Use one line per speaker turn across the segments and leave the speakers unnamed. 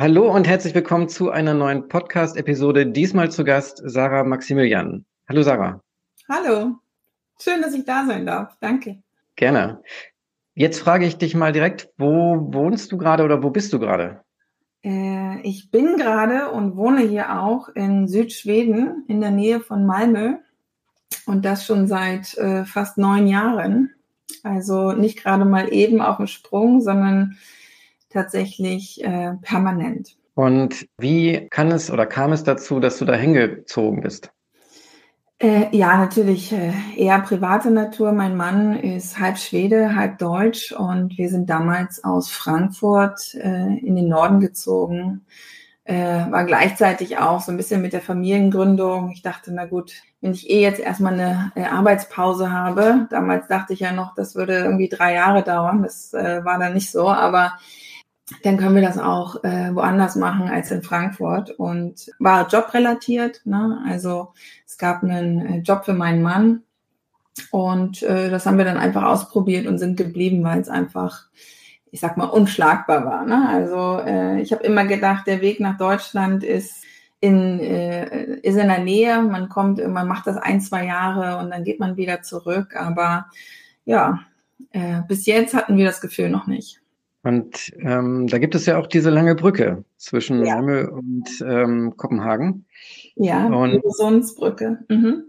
Hallo und herzlich willkommen zu einer neuen Podcast-Episode. Diesmal zu Gast Sarah Maximilian. Hallo Sarah.
Hallo, schön, dass ich da sein darf. Danke.
Gerne. Jetzt frage ich dich mal direkt, wo wohnst du gerade oder wo bist du gerade?
Ich bin gerade und wohne hier auch in Südschweden in der Nähe von Malmö und das schon seit fast 9 Jahren. Also nicht gerade mal eben auf dem Sprung, sondern tatsächlich permanent.
Und wie kann es oder kam es dazu, dass du da hingezogen bist?
Ja, natürlich eher private Natur. Mein Mann ist halb Schwede, halb Deutsch und wir sind damals aus Frankfurt in den Norden gezogen. War gleichzeitig auch so ein bisschen mit der Familiengründung. Ich dachte, na gut, wenn ich jetzt erstmal eine Arbeitspause habe, damals dachte ich ja noch, das würde irgendwie 3 Jahre dauern. Das war dann nicht so, aber dann können wir das auch woanders machen als in Frankfurt und war jobrelatiert, ne? Also es gab einen Job für meinen Mann und das haben wir dann einfach ausprobiert und sind geblieben, weil es einfach, ich sag mal, unschlagbar war, ne? Also ich habe immer gedacht, der Weg nach Deutschland ist in der Nähe, man macht das 1-2 Jahre und dann geht man wieder zurück, aber ja, bis jetzt hatten wir das Gefühl noch nicht.
Und da gibt es ja auch diese lange Brücke zwischen
Ja,
Malmö und Kopenhagen.
ja,
Und,
Öresundsbrücke. Mhm.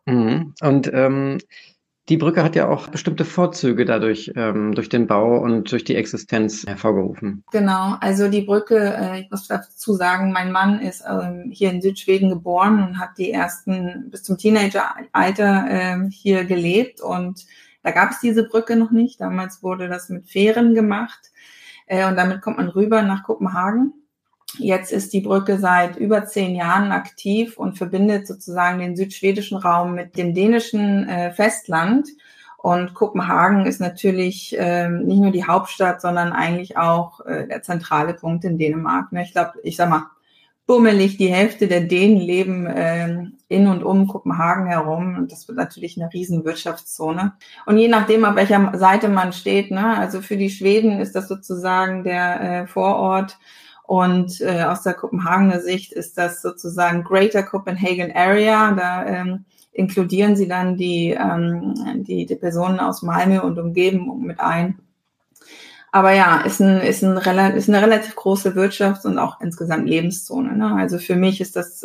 und die Brücke hat ja auch bestimmte Vorzüge dadurch, durch den Bau und durch die Existenz hervorgerufen.
Genau, also die Brücke, ich muss dazu sagen, mein Mann ist hier in Südschweden geboren und hat die ersten bis zum Teenageralter hier gelebt und da gab es diese Brücke noch nicht. Damals wurde das mit Fähren gemacht und damit kommt man rüber nach Kopenhagen. Jetzt ist die Brücke seit über 10 Jahren aktiv und verbindet sozusagen den südschwedischen Raum mit dem dänischen Festland. Und Kopenhagen ist natürlich nicht nur die Hauptstadt, sondern eigentlich auch der zentrale Punkt in Dänemark. Ne? Ich sag mal, bummelig, die Hälfte der Dänen leben in und um Kopenhagen herum. Und das wird natürlich eine riesen Wirtschaftszone. Und je nachdem, auf welcher Seite man steht, ne? Also für die Schweden ist das sozusagen der Vorort. Und aus der Kopenhagener Sicht ist das sozusagen Greater Copenhagen Area. Da inkludieren sie dann die Personen aus Malmö und Umgebung mit ein. Aber ja, ist eine relativ große Wirtschafts- und auch insgesamt Lebenszone. Ne? Also für mich ist das,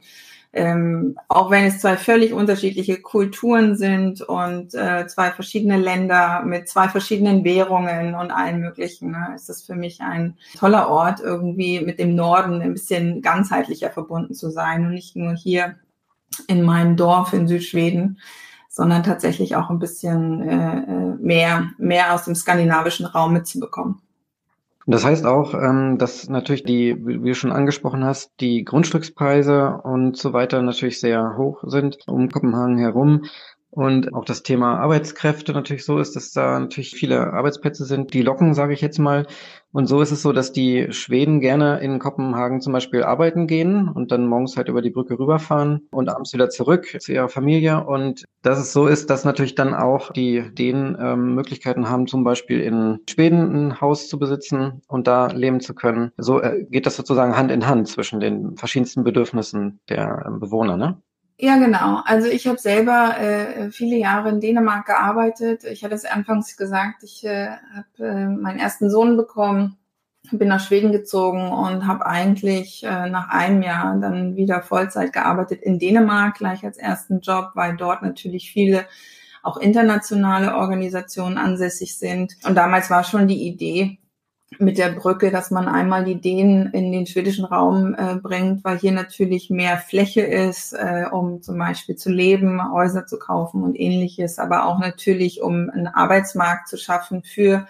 auch wenn es 2 völlig unterschiedliche Kulturen sind und 2 verschiedene Länder mit 2 verschiedenen Währungen und allem Möglichen, ne, ist das für mich ein toller Ort, irgendwie mit dem Norden ein bisschen ganzheitlicher verbunden zu sein und nicht nur hier in meinem Dorf in Südschweden, sondern tatsächlich auch ein bisschen mehr aus dem skandinavischen Raum mitzubekommen.
Und das heißt auch, dass natürlich wie du schon angesprochen hast, die Grundstückspreise und so weiter natürlich sehr hoch sind um Kopenhagen herum. Und auch das Thema Arbeitskräfte natürlich so ist, dass da natürlich viele Arbeitsplätze sind, die locken, sage ich jetzt mal. Und so ist es so, dass die Schweden gerne in Kopenhagen zum Beispiel arbeiten gehen und dann morgens halt über die Brücke rüberfahren und abends wieder zurück zu ihrer Familie. Und dass es so ist, dass natürlich dann auch die Dänen Möglichkeiten haben, zum Beispiel in Schweden ein Haus zu besitzen und da leben zu können. So geht das sozusagen Hand in Hand zwischen den verschiedensten Bedürfnissen der Bewohner, ne?
Ja, genau. Also ich habe selber viele Jahre in Dänemark gearbeitet. Ich hatte es anfangs gesagt, ich habe meinen ersten Sohn bekommen, bin nach Schweden gezogen und habe eigentlich nach einem Jahr dann wieder Vollzeit gearbeitet in Dänemark, gleich als ersten Job, weil dort natürlich viele auch internationale Organisationen ansässig sind. Und damals war schon die Idee mit der Brücke, dass man einmal die Dänen in den schwedischen Raum bringt, weil hier natürlich mehr Fläche ist, um zum Beispiel zu leben, Häuser zu kaufen und ähnliches, aber auch natürlich, um einen Arbeitsmarkt zu schaffen für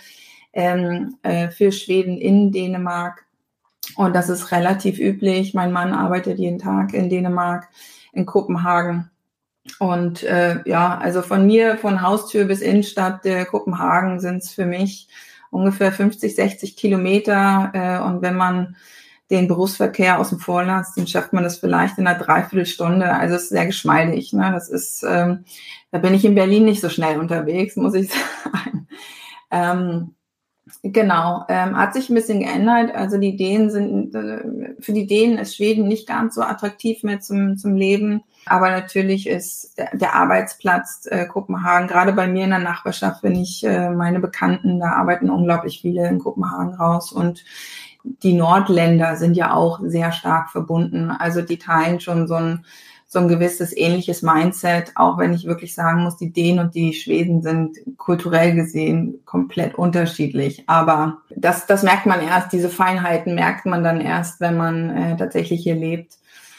Schweden in Dänemark. Und das ist relativ üblich. Mein Mann arbeitet jeden Tag in Dänemark, in Kopenhagen. Und ja, also von Haustür bis Innenstadt der Kopenhagen sind es für mich ungefähr 50, 60 Kilometer. Und wenn man den Berufsverkehr außen vor lässt, dann schafft man das vielleicht in einer Dreiviertelstunde. Also es ist sehr geschmeidig. Ne? Das ist, da bin ich in Berlin nicht so schnell unterwegs, muss ich sagen. Genau, hat sich ein bisschen geändert. Also die Dänen sind, für die Dänen ist Schweden nicht ganz so attraktiv mehr zum Leben. Aber natürlich ist der Arbeitsplatz Kopenhagen, gerade bei mir in der Nachbarschaft, wenn ich meine Bekannten, da arbeiten unglaublich viele in Kopenhagen raus. Und die Nordländer sind ja auch sehr stark verbunden. Also die teilen schon so ein gewisses ähnliches Mindset, auch wenn ich wirklich sagen muss, die Dänen und die Schweden sind kulturell gesehen komplett unterschiedlich. Aber das merkt man erst, diese Feinheiten merkt man dann erst, wenn man tatsächlich hier lebt.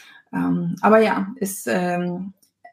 Aber ja, ist ein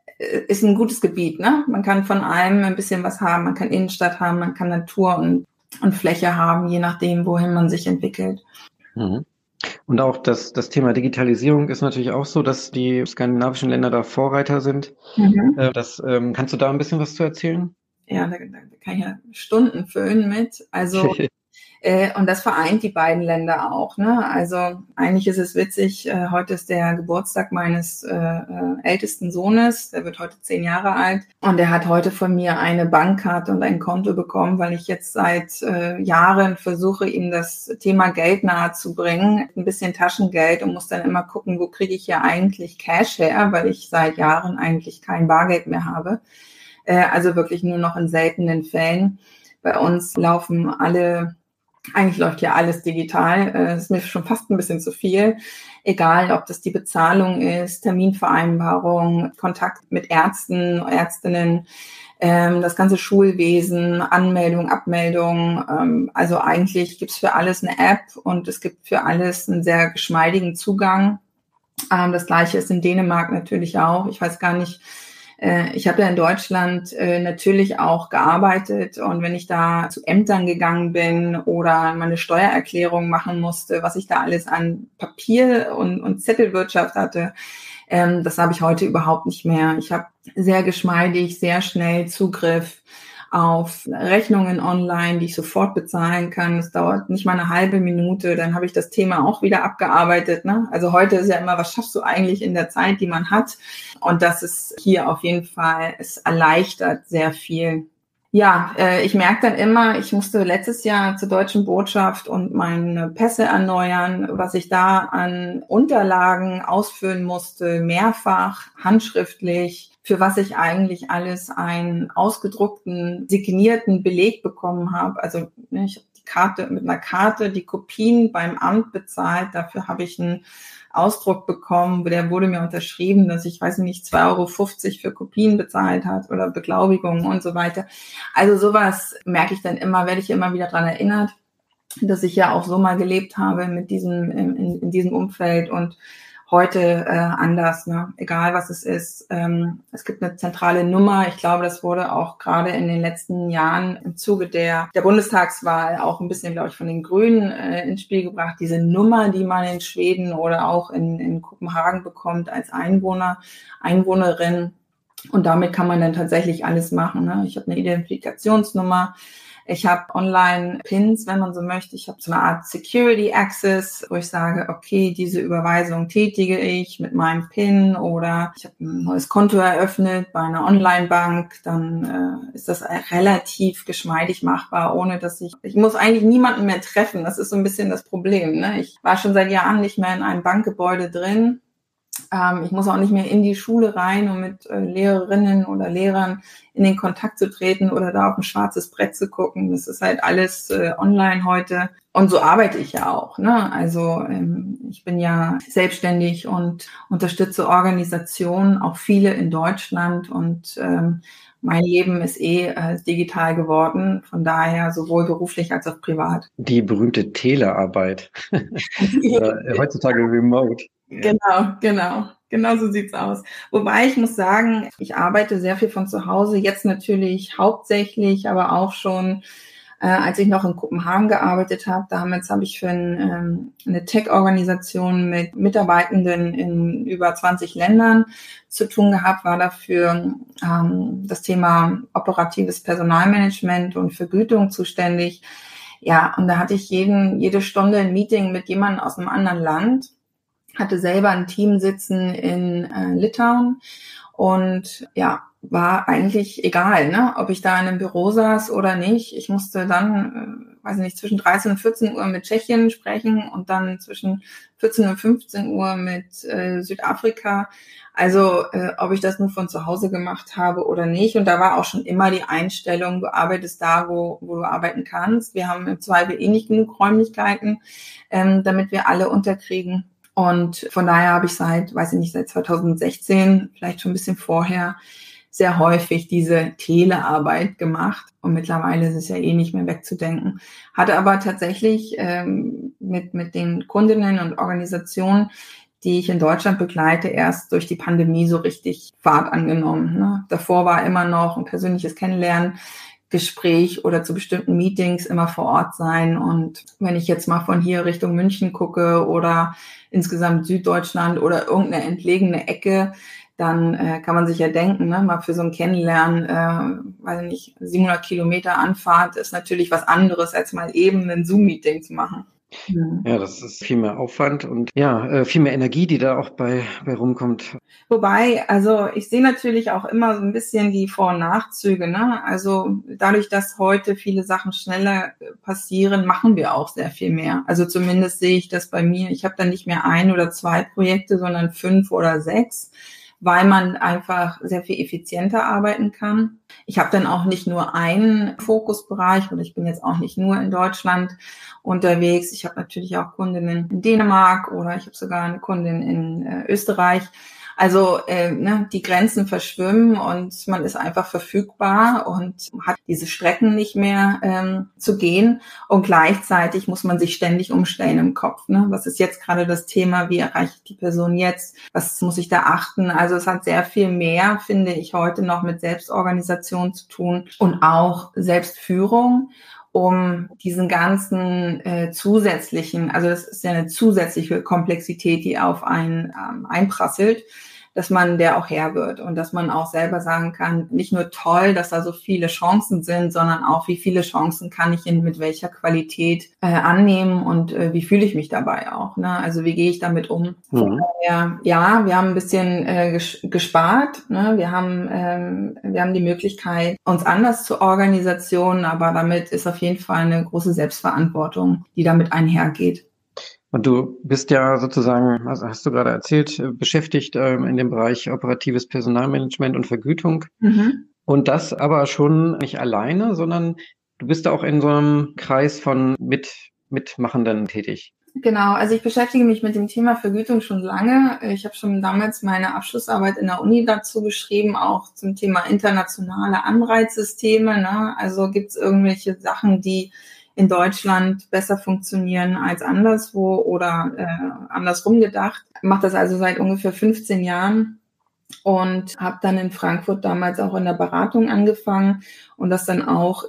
gutes Gebiet, ne? Man kann von allem ein bisschen was haben. Man kann Innenstadt haben, man kann Natur und Fläche haben, je nachdem, wohin man sich entwickelt.
Mhm. Und auch das Thema Digitalisierung ist natürlich auch so, dass die skandinavischen Länder da Vorreiter sind. Kannst du da ein bisschen was zu erzählen?
Ja, da kann ich ja Stunden füllen mit. Also und das vereint die beiden Länder auch. Ne? Also eigentlich ist es witzig, heute ist der Geburtstag meines ältesten Sohnes, der wird heute 10 Jahre alt und er hat heute von mir eine Bankkarte und ein Konto bekommen, weil ich jetzt seit Jahren versuche, ihm das Thema Geld nahe zu bringen, ein bisschen Taschengeld und muss dann immer gucken, wo kriege ich hier eigentlich Cash her, weil ich seit Jahren eigentlich kein Bargeld mehr habe. Also wirklich nur noch in seltenen Fällen. Bei uns eigentlich läuft ja alles digital. Das ist mir schon fast ein bisschen zu viel. Egal, ob das die Bezahlung ist, Terminvereinbarung, Kontakt mit Ärzten, Ärztinnen, das ganze Schulwesen, Anmeldung, Abmeldung. Also eigentlich gibt's für alles eine App und es gibt für alles einen sehr geschmeidigen Zugang. Das Gleiche ist in Dänemark natürlich auch. Ich weiß gar nicht, ich habe ja in Deutschland natürlich auch gearbeitet und wenn ich da zu Ämtern gegangen bin oder meine Steuererklärung machen musste, was ich da alles an Papier und Zettelwirtschaft hatte, das habe ich heute überhaupt nicht mehr. Ich habe sehr geschmeidig, sehr schnell Zugriff auf Rechnungen online, die ich sofort bezahlen kann. Es dauert nicht mal eine halbe Minute, dann habe ich das Thema auch wieder abgearbeitet. Ne? Also heute ist ja immer, was schaffst du eigentlich in der Zeit, die man hat? Und das ist hier auf jeden Fall, es erleichtert sehr viel. Ja, ich merke dann immer, ich musste letztes Jahr zur Deutschen Botschaft und meine Pässe erneuern, was ich da an Unterlagen ausfüllen musste, mehrfach, handschriftlich, für was ich eigentlich alles einen ausgedruckten, signierten Beleg bekommen habe. Also ich habe die Karte mit einer Karte, die Kopien beim Amt bezahlt, dafür habe ich einen Ausdruck bekommen, der wurde mir unterschrieben, dass ich, weiß nicht, 2,50 € für Kopien bezahlt hat oder Beglaubigungen und so weiter. Also sowas merke ich dann immer, werde ich immer wieder dran erinnert, dass ich ja auch so mal gelebt habe mit in diesem Umfeld und heute anders, ne? Egal was es ist. Es gibt eine zentrale Nummer. Ich glaube, das wurde auch gerade in den letzten Jahren im Zuge der Bundestagswahl auch ein bisschen, glaube ich, von den Grünen ins Spiel gebracht. Diese Nummer, die man in Schweden oder auch in Kopenhagen bekommt als Einwohner, Einwohnerin. Und damit kann man dann tatsächlich alles machen. Ne? Ich habe eine Identifikationsnummer. Ich habe Online-Pins, wenn man so möchte. Ich habe so eine Art Security Access, wo ich sage, okay, diese Überweisung tätige ich mit meinem PIN oder ich habe ein neues Konto eröffnet bei einer Online-Bank. Dann ist das relativ geschmeidig machbar, ohne dass ich muss eigentlich niemanden mehr treffen. Das ist so ein bisschen das Problem. Ne? Ich war schon seit Jahren nicht mehr in einem Bankgebäude drin. Ich muss auch nicht mehr in die Schule rein, um mit Lehrerinnen oder Lehrern in den Kontakt zu treten oder da auf ein schwarzes Brett zu gucken. Das ist halt alles online heute. Und so arbeite ich ja auch. Ne? Also ich bin ja selbstständig und unterstütze Organisationen, auch viele in Deutschland. Und mein Leben ist digital geworden. Von daher sowohl beruflich als auch privat.
Die berühmte Telearbeit. Heutzutage remote.
Genau so sieht's aus. Wobei ich muss sagen, ich arbeite sehr viel von zu Hause, jetzt natürlich hauptsächlich, aber auch schon, als ich noch in Kopenhagen gearbeitet habe. Damals habe ich für eine Tech-Organisation mit Mitarbeitenden in über 20 Ländern zu tun gehabt, war dafür das Thema operatives Personalmanagement und Vergütung zuständig. Ja, und da hatte ich jede Stunde ein Meeting mit jemandem aus einem anderen Land, hatte selber ein Team sitzen in Litauen und ja, war eigentlich egal, ne, ob ich da in einem Büro saß oder nicht. Ich musste dann weiß nicht, zwischen 13 und 14 Uhr mit Tschechien sprechen und dann zwischen 14 und 15 Uhr mit Südafrika. Also ob ich das nur von zu Hause gemacht habe oder nicht. Und da war auch schon immer die Einstellung, du arbeitest da, wo du arbeiten kannst. Wir haben im Zweifel nicht genug Räumlichkeiten, damit wir alle unterkriegen. Und von daher habe ich seit 2016, vielleicht schon ein bisschen vorher, sehr häufig diese Telearbeit gemacht. Und mittlerweile ist es ja nicht mehr wegzudenken. Hatte aber tatsächlich mit den Kundinnen und Organisationen, die ich in Deutschland begleite, erst durch die Pandemie so richtig Fahrt angenommen. Ne? Davor war immer noch ein persönliches Kennenlernen, Gespräch oder zu bestimmten Meetings immer vor Ort sein. Und wenn ich jetzt mal von hier Richtung München gucke oder insgesamt Süddeutschland oder irgendeine entlegene Ecke, dann kann man sich ja denken, ne, mal für so ein Kennenlernen, 700 Kilometer Anfahrt ist natürlich was anderes, als mal eben ein Zoom-Meeting zu machen.
Ja, das ist viel mehr Aufwand und viel mehr Energie, die da auch bei rumkommt.
Wobei, also ich sehe natürlich auch immer so ein bisschen die Vor- und Nachzüge, ne? Also dadurch, dass heute viele Sachen schneller passieren, machen wir auch sehr viel mehr. Also zumindest sehe ich das bei mir. Ich habe dann nicht mehr 1 oder 2 Projekte, sondern 5 oder 6, weil man einfach sehr viel effizienter arbeiten kann. Ich habe dann auch nicht nur einen Fokusbereich und ich bin jetzt auch nicht nur in Deutschland unterwegs. Ich habe natürlich auch Kundinnen in Dänemark oder ich habe sogar eine Kundin in Österreich. Also die Grenzen verschwimmen und man ist einfach verfügbar und hat diese Strecken nicht mehr zu gehen. Und gleichzeitig muss man sich ständig umstellen im Kopf. Ne? Was ist jetzt gerade das Thema? Wie erreiche ich die Person jetzt? Was muss ich da achten? Also es hat sehr viel mehr, finde ich, heute noch mit Selbstorganisation zu tun und auch Selbstführung, um diesen ganzen zusätzlichen, also das ist ja eine zusätzliche Komplexität, die auf einen einprasselt, dass man der auch Herr wird und dass man auch selber sagen kann, nicht nur toll, dass da so viele Chancen sind, sondern auch, wie viele Chancen kann ich mit welcher Qualität annehmen und wie fühle ich mich dabei auch. Ne? Also wie gehe ich damit um? Von daher, ja, wir haben ein bisschen gespart. Ne? Wir haben die Möglichkeit, uns anders zu organisieren, aber damit ist auf jeden Fall eine große Selbstverantwortung, die damit einhergeht.
Und du bist ja sozusagen, also hast du gerade erzählt, beschäftigt in dem Bereich operatives Personalmanagement und Vergütung.
Mhm.
Und das aber schon nicht alleine, sondern du bist da auch in so einem Kreis von Mitmachenden tätig.
Genau, also ich beschäftige mich mit dem Thema Vergütung schon lange. Ich habe schon damals meine Abschlussarbeit in der Uni dazu geschrieben, auch zum Thema internationale Anreizsysteme. Ne? Also gibt es irgendwelche Sachen, die in Deutschland besser funktionieren als anderswo oder andersrum gedacht. Ich mache das also seit ungefähr 15 Jahren und habe dann in Frankfurt damals auch in der Beratung angefangen und das dann auch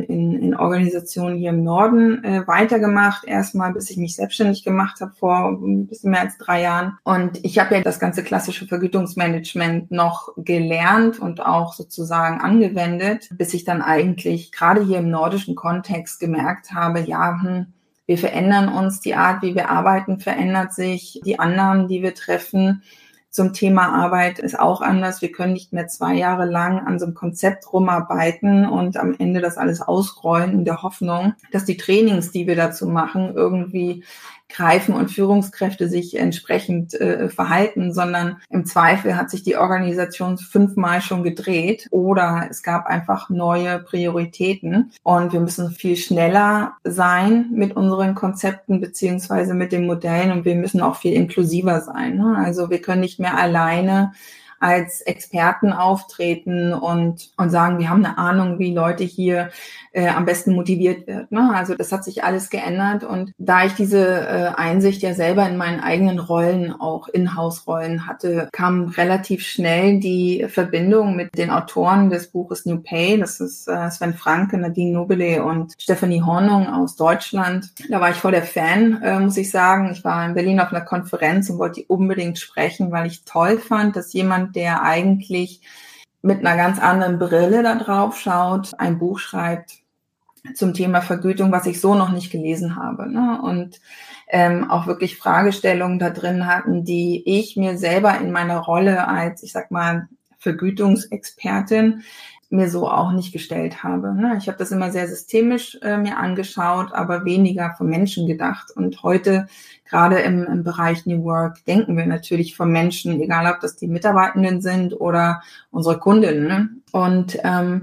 in Organisationen hier im Norden weitergemacht. Erstmal, bis ich mich selbstständig gemacht habe vor ein bisschen mehr als 3 Jahren. Und ich habe ja das ganze klassische Vergütungsmanagement noch gelernt und auch sozusagen angewendet, bis ich dann eigentlich gerade hier im nordischen Kontext gemerkt habe, ja, wir verändern uns, die Art, wie wir arbeiten, verändert sich, die Annahmen, die wir treffen zum Thema Arbeit ist auch anders. Wir können nicht mehr 2 Jahre lang an so einem Konzept rumarbeiten und am Ende das alles ausrollen in der Hoffnung, dass die Trainings, die wir dazu machen, irgendwie greifen und Führungskräfte sich entsprechend verhalten, sondern im Zweifel hat sich die Organisation 5-mal schon gedreht oder es gab einfach neue Prioritäten und wir müssen viel schneller sein mit unseren Konzepten beziehungsweise mit den Modellen und wir müssen auch viel inklusiver sein. Ne? Also wir können nicht mehr alleine als Experten auftreten und sagen, wir haben eine Ahnung, wie Leute hier am besten motiviert wird. Ne? Also das hat sich alles geändert und da ich diese Einsicht ja selber in meinen eigenen Rollen, auch Inhouse-Rollen hatte, kam relativ schnell die Verbindung mit den Autoren des Buches New Pay. Das ist Sven Franke, Nadine Nobele und Stephanie Hornung aus Deutschland. Da war ich voll der Fan, muss ich sagen. Ich war in Berlin auf einer Konferenz und wollte die unbedingt sprechen, weil ich toll fand, dass jemand, der eigentlich mit einer ganz anderen Brille da drauf schaut, ein Buch schreibt zum Thema Vergütung, was ich so noch nicht gelesen habe. Ne? Und auch wirklich Fragestellungen da drin hatten, die ich mir selber in meiner Rolle als, ich sag mal, Vergütungsexpertin mir so auch nicht gestellt habe. Ne? Ich habe das immer sehr systemisch mir angeschaut, aber weniger vom Menschen gedacht. Und heute, gerade im Bereich New Work, denken wir natürlich vom Menschen, egal ob das die Mitarbeitenden sind oder unsere Kundinnen. Ne? Und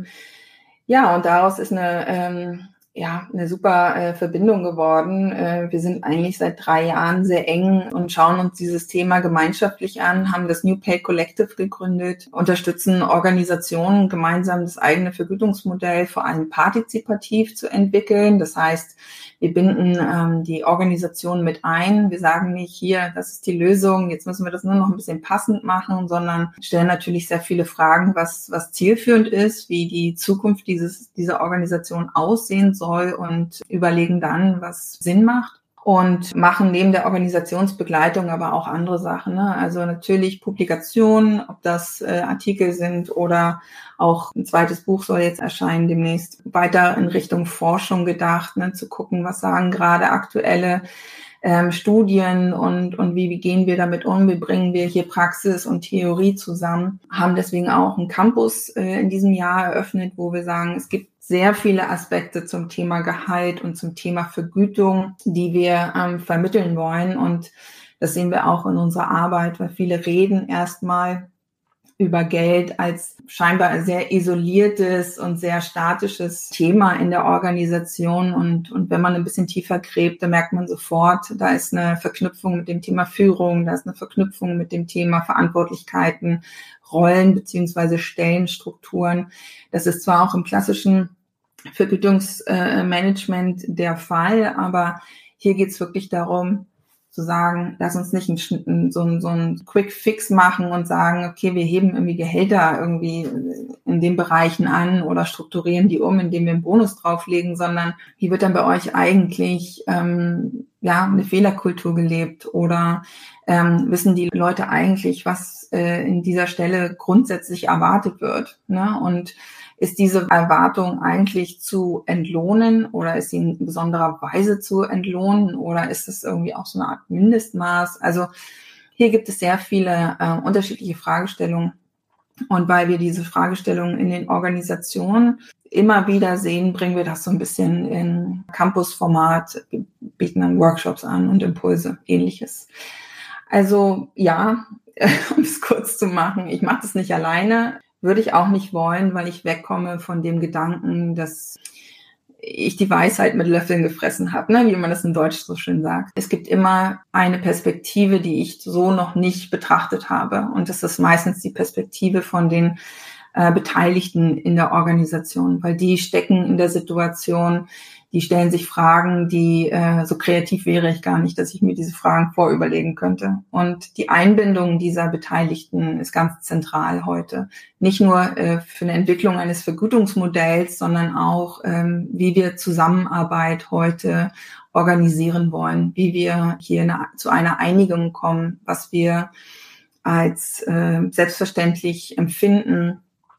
und daraus ist eine super Verbindung geworden. Wir sind eigentlich seit 3 Jahren sehr eng und schauen uns dieses Thema gemeinschaftlich an, haben das New Pay Collective gegründet, unterstützen Organisationen, gemeinsam das eigene Vergütungsmodell vor allem partizipativ zu entwickeln. Das heißt, wir binden die Organisation mit ein. Wir sagen nicht, hier, das ist die Lösung, jetzt müssen wir das nur noch ein bisschen passend machen, sondern stellen natürlich sehr viele Fragen, was zielführend ist, wie die Zukunft dieser Organisation aussehen soll und überlegen dann, was Sinn macht. Und machen neben der Organisationsbegleitung aber auch andere Sachen. Ne? Also natürlich Publikationen, ob das Artikel sind oder auch ein zweites Buch soll jetzt erscheinen demnächst. Weiter in Richtung Forschung gedacht, ne? Zu gucken, was sagen gerade aktuelle Studien und wie gehen wir damit um, wie bringen wir hier Praxis und Theorie zusammen. Haben deswegen auch einen Campus in diesem Jahr eröffnet, wo wir sagen, es gibt sehr viele Aspekte zum Thema Gehalt und zum Thema Vergütung, die wir vermitteln wollen. Und das sehen wir auch in unserer Arbeit, weil viele reden erstmal über Geld als scheinbar sehr isoliertes und sehr statisches Thema in der Organisation. Und wenn man ein bisschen tiefer gräbt, dann merkt man sofort, da ist eine Verknüpfung mit dem Thema Führung, da ist eine Verknüpfung mit dem Thema Verantwortlichkeiten, Rollen beziehungsweise Stellenstrukturen. Das ist zwar auch im klassischen Vergütungsmanagement der Fall, aber hier geht es wirklich darum, zu sagen, lass uns nicht so ein Quick Fix machen und sagen, okay, wir heben irgendwie Gehälter irgendwie in den Bereichen an oder strukturieren die indem wir einen Bonus drauflegen, sondern wie wird dann bei euch eigentlich eine Fehlerkultur gelebt oder wissen die Leute eigentlich, was in dieser Stelle grundsätzlich erwartet wird, ne? Und ist diese Erwartung eigentlich zu entlohnen oder ist sie in besonderer Weise zu entlohnen oder ist es irgendwie auch so eine Art Mindestmaß? Also hier gibt es sehr viele unterschiedliche Fragestellungen. Und weil wir diese Fragestellungen in den Organisationen immer wieder sehen, bringen wir das so ein bisschen in Campus-Format, bieten dann Workshops an und Impulse, Ähnliches. Also ja, um es kurz zu machen, ich mache das nicht alleine. Würde ich auch nicht wollen, weil ich wegkomme von dem Gedanken, dass ich die Weisheit mit Löffeln gefressen habe, ne? Wie man das in Deutsch so schön sagt. Es gibt immer eine Perspektive, die ich so noch nicht betrachtet habe. Und das ist meistens die Perspektive von den Beteiligten in der Organisation, weil die stecken in der Situation, die stellen sich Fragen, die so kreativ wäre ich gar nicht, dass ich mir diese Fragen vorüberlegen könnte. Und die Einbindung dieser Beteiligten ist ganz zentral heute. Nicht nur für eine Entwicklung eines Vergütungsmodells, sondern auch, wie wir Zusammenarbeit heute organisieren wollen, wie wir hier zu einer Einigung kommen, was wir als selbstverständlich empfinden,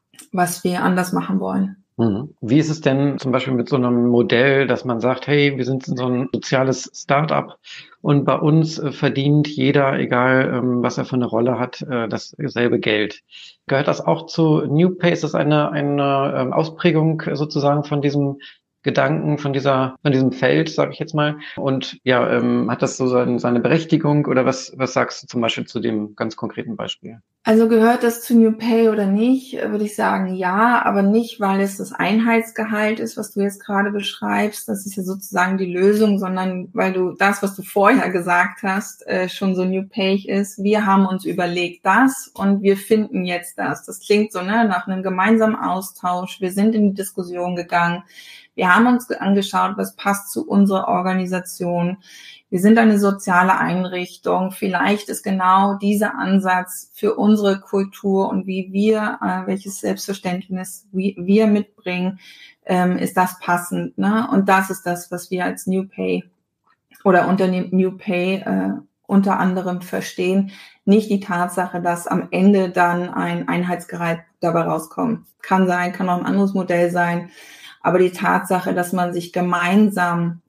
was wir anders machen wollen.
Wie ist es denn zum Beispiel mit so einem Modell, dass man sagt, hey, wir sind so ein soziales Start-up und bei uns verdient jeder, egal was er für eine Rolle hat, dasselbe Geld. Gehört das auch zu New Pay? Ist das eine Ausprägung sozusagen von diesem Gedanken, von diesem Feld, sage ich jetzt mal? Und ja, hat das so seine Berechtigung oder was sagst du zum Beispiel zu dem ganz konkreten Beispiel?
Also gehört das zu New Pay oder nicht, würde ich sagen ja, aber nicht, weil es das Einheitsgehalt ist, was du jetzt gerade beschreibst. Das ist ja sozusagen die Lösung, sondern weil du das, was du vorher gesagt hast, schon so New Pay ist. Wir haben uns überlegt das und wir finden jetzt das. Das klingt so nach einem gemeinsamen Austausch. Wir sind in die Diskussion gegangen. Wir haben uns angeschaut, was passt zu unserer Organisation. Wir sind eine soziale Einrichtung. Vielleicht ist genau dieser Ansatz für unsere Kultur und wie wir, welches Selbstverständnis wir mitbringen, ist das passend, ne? Und das ist das, was wir als New Pay oder unter New Pay unter anderem verstehen. Nicht die Tatsache, dass am Ende dann ein Einheitsgehalt dabei rauskommt. Kann sein, kann auch ein anderes Modell sein. Aber die Tatsache, dass man sich gemeinsam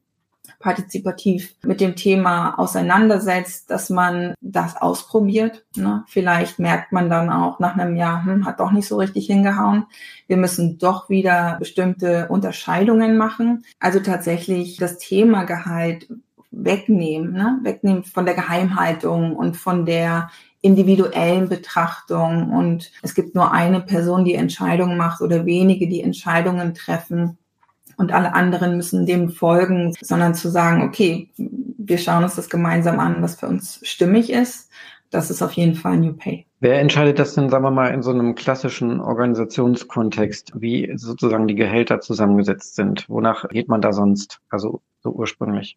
partizipativ mit dem Thema auseinandersetzt, dass man das ausprobiert. Ne? Vielleicht merkt man dann auch nach einem Jahr, hat doch nicht so richtig hingehauen. Wir müssen doch wieder bestimmte Unterscheidungen machen. Also tatsächlich das Thema Gehalt wegnehmen, ne? Wegnehmen von der Geheimhaltung und von der individuellen Betrachtung. Und es gibt nur eine Person, die Entscheidungen macht oder wenige, die Entscheidungen treffen. Und alle anderen müssen dem folgen, sondern zu sagen, okay, wir schauen uns das gemeinsam an, was für uns stimmig ist. Das ist auf jeden Fall New Pay.
Wer entscheidet das denn, sagen wir mal, in so einem klassischen Organisationskontext, wie sozusagen die Gehälter zusammengesetzt sind? Wonach geht man da sonst, also so ursprünglich?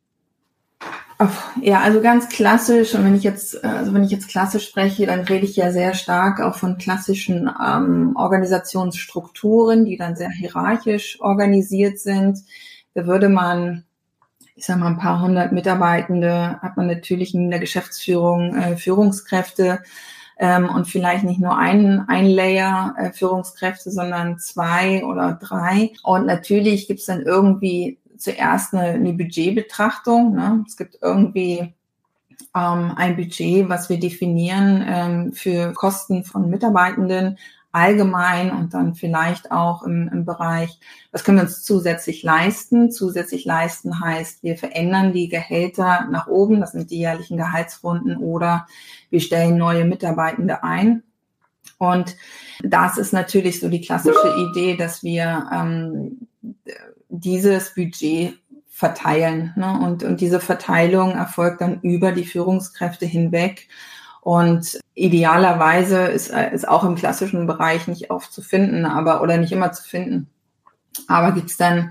Ja, also ganz klassisch. Und wenn ich jetzt klassisch spreche, dann rede ich ja sehr stark auch von klassischen Organisationsstrukturen, die dann sehr hierarchisch organisiert sind. Da würde man, ich sage mal, ein paar hundert Mitarbeitende, hat man natürlich in der Geschäftsführung Führungskräfte und vielleicht nicht nur ein Layer Führungskräfte, sondern 2 oder 3. Und natürlich gibt es dann irgendwie zuerst eine Budgetbetrachtung. Ne? Es gibt irgendwie ein Budget, was wir definieren für Kosten von Mitarbeitenden allgemein und dann vielleicht auch im Bereich, was können wir uns zusätzlich leisten? Zusätzlich leisten heißt, wir verändern die Gehälter nach oben, das sind die jährlichen Gehaltsrunden, oder wir stellen neue Mitarbeitende ein. Und das ist natürlich so die klassische Idee, dass wir dieses Budget verteilen, ne? Und diese Verteilung erfolgt dann über die Führungskräfte hinweg. Und idealerweise ist auch im klassischen Bereich nicht oft zu finden, oder nicht immer zu finden. Aber gibt es dann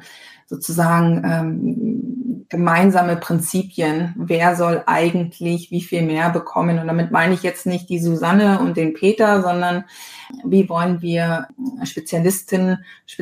sozusagen gemeinsame Prinzipien, wer soll eigentlich wie viel mehr bekommen? Und damit meine ich jetzt nicht die Susanne und den Peter, sondern wie wollen wir Spezialistinnen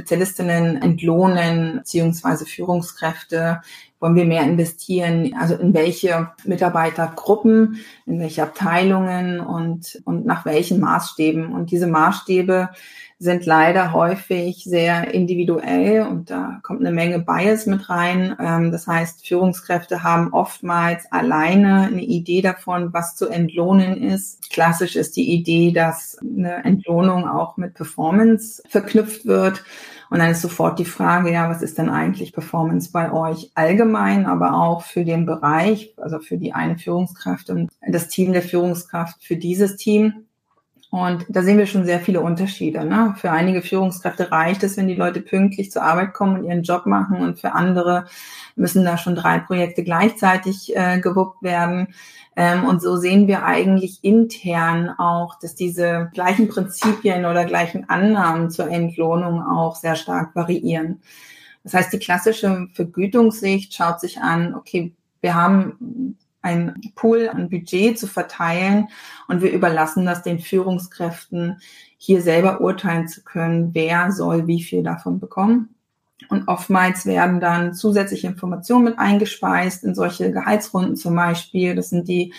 entlohnen, beziehungsweise Führungskräfte? Wollen wir mehr investieren? Also in welche Mitarbeitergruppen, in welche Abteilungen und nach welchen Maßstäben? Und diese Maßstäbe sind leider häufig sehr individuell und da kommt eine Menge Bias mit rein. Das heißt, Führungskräfte haben oftmals alleine eine Idee davon, was zu entlohnen ist. Klassisch ist die Idee, dass eine Entlohnung auch mit Performance verknüpft wird. Und dann ist sofort die Frage, ja, was ist denn eigentlich Performance bei euch allgemein, aber auch für den Bereich, also für die eine Führungskraft und das Team der Führungskraft für dieses Team. Und da sehen wir schon sehr viele Unterschiede. Ne? Für einige Führungskräfte reicht es, wenn die Leute pünktlich zur Arbeit kommen und ihren Job machen. Und für andere müssen da schon 3 Projekte gleichzeitig gewuppt werden. Und so sehen wir eigentlich intern auch, dass diese gleichen Prinzipien oder gleichen Annahmen zur Entlohnung auch sehr stark variieren. Das heißt, die klassische Vergütungssicht schaut sich an, okay, wir haben ein Pool an Budget zu verteilen und wir überlassen das den Führungskräften, hier selber urteilen zu können, wer soll wie viel davon bekommen. Und oftmals werden dann zusätzliche Informationen mit eingespeist in solche Gehaltsrunden zum Beispiel. Das sind die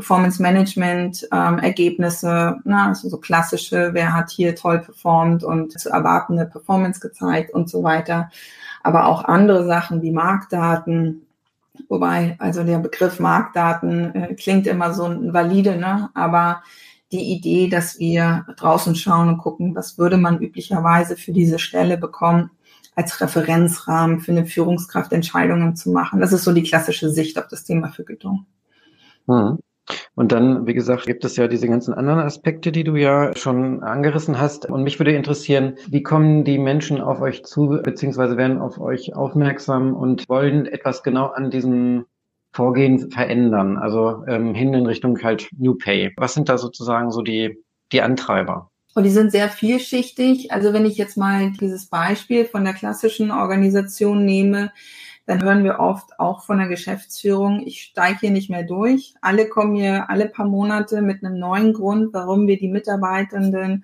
Performance-Management-Ergebnisse, also so klassische, wer hat hier toll performt und zu erwartende Performance gezeigt und so weiter. Aber auch andere Sachen wie Marktdaten, wobei, also der Begriff Marktdaten klingt immer so valide, ne? Aber die Idee, dass wir draußen schauen und gucken, was würde man üblicherweise für diese Stelle bekommen, als Referenzrahmen für eine Führungskraft Entscheidungen zu machen. Das ist so die klassische Sicht auf das Thema Vergütung.
Und dann, wie gesagt, gibt es ja diese ganzen anderen Aspekte, die du ja schon angerissen hast. Und mich würde interessieren, wie kommen die Menschen auf euch zu, beziehungsweise werden auf euch aufmerksam und wollen etwas genau an diesem Vorgehen verändern, also hin in Richtung halt New Pay. Was sind da sozusagen so die Antreiber?
Und die sind sehr vielschichtig. Also wenn ich jetzt mal dieses Beispiel von der klassischen Organisation nehme, dann hören wir oft auch von der Geschäftsführung, ich steige hier nicht mehr durch. Alle kommen hier alle paar Monate mit einem neuen Grund, warum wir die Mitarbeitenden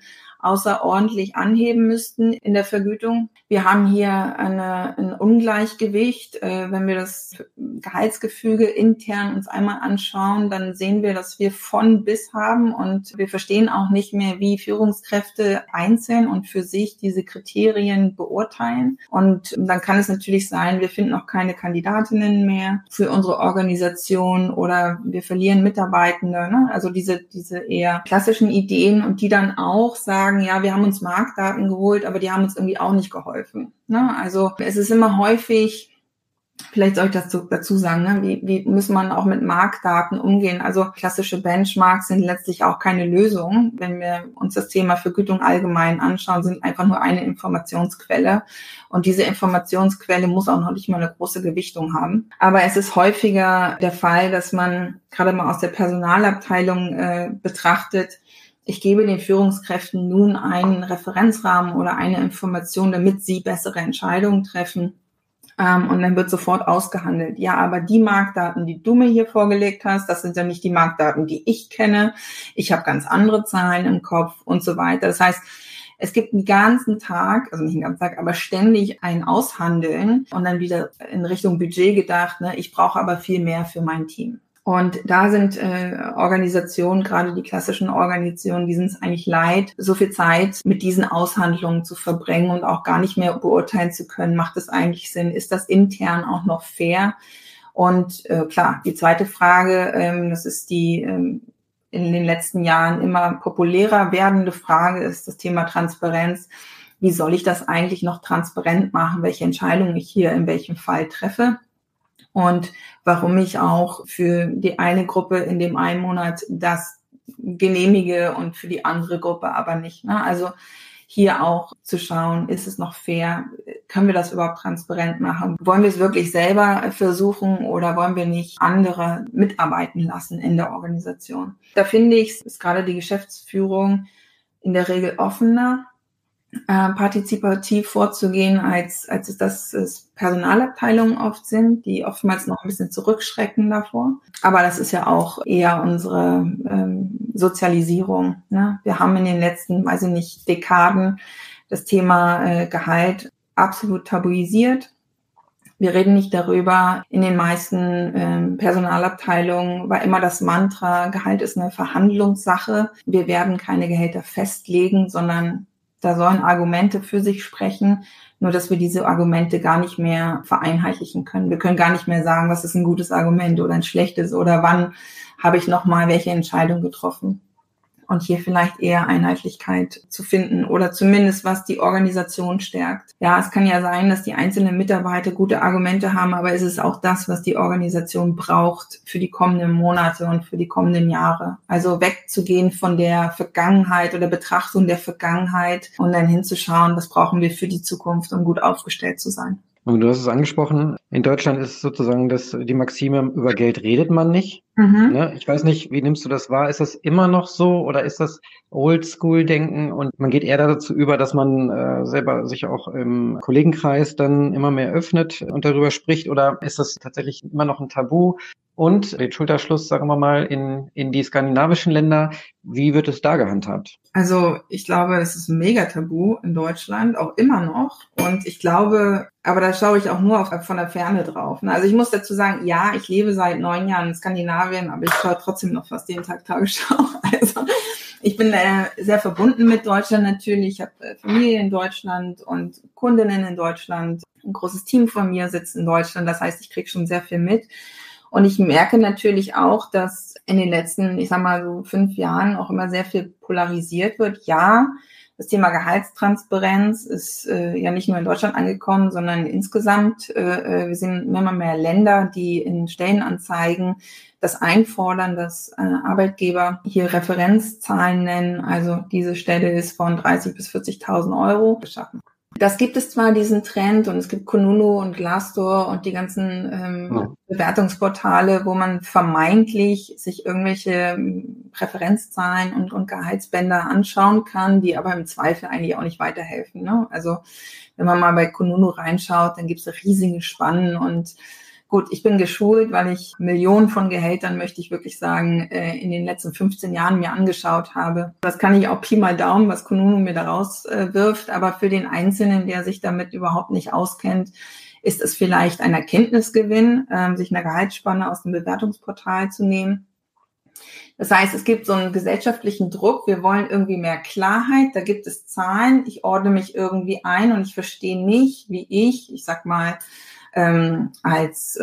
außerordentlich anheben müssten in der Vergütung. Wir haben hier ein Ungleichgewicht. Wenn wir das Gehaltsgefüge intern uns einmal anschauen, dann sehen wir, dass wir von bis haben und wir verstehen auch nicht mehr, wie Führungskräfte einzeln und für sich diese Kriterien beurteilen. Und dann kann es natürlich sein, wir finden auch keine Kandidatinnen mehr für unsere Organisation oder wir verlieren Mitarbeitende, ne? Also diese eher klassischen Ideen und die dann auch sagen, ja, wir haben uns Marktdaten geholt, aber die haben uns irgendwie auch nicht geholfen, ne? Also es ist immer häufig, vielleicht soll ich das dazu sagen, ne? Wie muss man auch mit Marktdaten umgehen? Also klassische Benchmarks sind letztlich auch keine Lösung. Wenn wir uns das Thema Vergütung allgemein anschauen, sind einfach nur eine Informationsquelle. Und diese Informationsquelle muss auch noch nicht mal eine große Gewichtung haben. Aber es ist häufiger der Fall, dass man gerade mal aus der Personalabteilung betrachtet, ich gebe den Führungskräften nun einen Referenzrahmen oder eine Information, damit sie bessere Entscheidungen treffen. Und dann wird sofort ausgehandelt. Ja, aber die Marktdaten, die du mir hier vorgelegt hast, das sind ja nicht die Marktdaten, die ich kenne. Ich habe ganz andere Zahlen im Kopf und so weiter. Das heißt, es gibt den ganzen Tag, also nicht den ganzen Tag, aber ständig ein Aushandeln und dann wieder in Richtung Budget gedacht, ne, ich brauche aber viel mehr für mein Team. Und da sind Organisationen, gerade die klassischen Organisationen, die sind es eigentlich leid, so viel Zeit mit diesen Aushandlungen zu verbringen und auch gar nicht mehr beurteilen zu können, macht es eigentlich Sinn, ist das intern auch noch fair? Und klar, die zweite Frage, das ist die in den letzten Jahren immer populärer werdende Frage, ist das Thema Transparenz. Wie soll ich das eigentlich noch transparent machen, welche Entscheidungen ich hier in welchem Fall treffe? Und warum ich auch für die eine Gruppe in dem einen Monat das genehmige und für die andere Gruppe aber nicht, ne? Also hier auch zu schauen, ist es noch fair? Können wir das überhaupt transparent machen? Wollen wir es wirklich selber versuchen oder wollen wir nicht andere mitarbeiten lassen in der Organisation? Da finde ich, ist gerade die Geschäftsführung in der Regel offener, partizipativ vorzugehen, als es das Personalabteilungen oft sind, die oftmals noch ein bisschen zurückschrecken davor. Aber das ist ja auch eher unsere Sozialisierung, ne? Wir haben in den letzten, weiß ich nicht, Dekaden das Thema Gehalt absolut tabuisiert. Wir reden nicht darüber. In den meisten Personalabteilungen war immer das Mantra, Gehalt ist eine Verhandlungssache. Wir werden keine Gehälter festlegen, sondern da sollen Argumente für sich sprechen, nur dass wir diese Argumente gar nicht mehr vereinheitlichen können. Wir können gar nicht mehr sagen, was ist ein gutes Argument oder ein schlechtes oder wann habe ich nochmal welche Entscheidung getroffen. Und hier vielleicht eher Einheitlichkeit zu finden oder zumindest was die Organisation stärkt. Ja, es kann ja sein, dass die einzelnen Mitarbeiter gute Argumente haben, aber es ist auch das, was die Organisation braucht für die kommenden Monate und für die kommenden Jahre. Also wegzugehen von der Vergangenheit oder Betrachtung der Vergangenheit und dann hinzuschauen, was brauchen wir für die Zukunft, um gut aufgestellt zu sein.
Und du hast es angesprochen, in Deutschland ist sozusagen die Maxime, über Geld redet man nicht. Ne? Ich weiß nicht, wie nimmst du das wahr? Ist das immer noch so oder ist das Oldschool-Denken und man geht eher dazu über, dass man selber sich auch im Kollegenkreis dann immer mehr öffnet und darüber spricht, oder ist das tatsächlich immer noch ein Tabu? Und den Schulterschluss, sagen wir mal, in die skandinavischen Länder, wie wird es da gehandhabt?
Also ich glaube, es ist ein Mega-Tabu in Deutschland, auch immer noch. Und ich glaube, aber da schaue ich auch nur von der Ferne drauf. Also ich muss dazu sagen, ja, ich lebe seit 9 Jahren in Skandinavien, aber ich schaue trotzdem noch fast jeden Tag Tagesschau. Also ich bin sehr verbunden mit Deutschland natürlich. Ich habe Familie in Deutschland und Kundinnen in Deutschland. Ein großes Team von mir sitzt in Deutschland. Das heißt, ich kriege schon sehr viel mit. Und ich merke natürlich auch, dass in den letzten, ich sag mal so 5 Jahren auch immer sehr viel polarisiert wird. Ja, das Thema Gehaltstransparenz ist ja nicht nur in Deutschland angekommen, sondern insgesamt. Wir sehen immer mehr Länder, die in Stellenanzeigen das einfordern, dass Arbeitgeber hier Referenzzahlen nennen. Also diese Stelle ist von 30.000 bis 40.000 Euro geschaffen. Das gibt es zwar, diesen Trend, und es gibt Kununu und Glassdoor und die ganzen Bewertungsportale, wo man vermeintlich sich irgendwelche Referenzzahlen und Gehaltsbänder anschauen kann, die aber im Zweifel eigentlich auch nicht weiterhelfen, ne? Also wenn man mal bei Kununu reinschaut, dann gibt es riesige Spannen und Gut, ich bin geschult, weil ich Millionen von Gehältern, möchte ich wirklich sagen, in den letzten 15 Jahren mir angeschaut habe. Das kann ich auch Pi mal Daumen, was Kununu mir da rauswirft. Aber für den Einzelnen, der sich damit überhaupt nicht auskennt, ist es vielleicht ein Erkenntnisgewinn, sich eine Gehaltsspanne aus dem Bewertungsportal zu nehmen. Das heißt, es gibt so einen gesellschaftlichen Druck. Wir wollen irgendwie mehr Klarheit. Da gibt es Zahlen. Ich ordne mich irgendwie ein und ich verstehe nicht, wie ich sag mal, als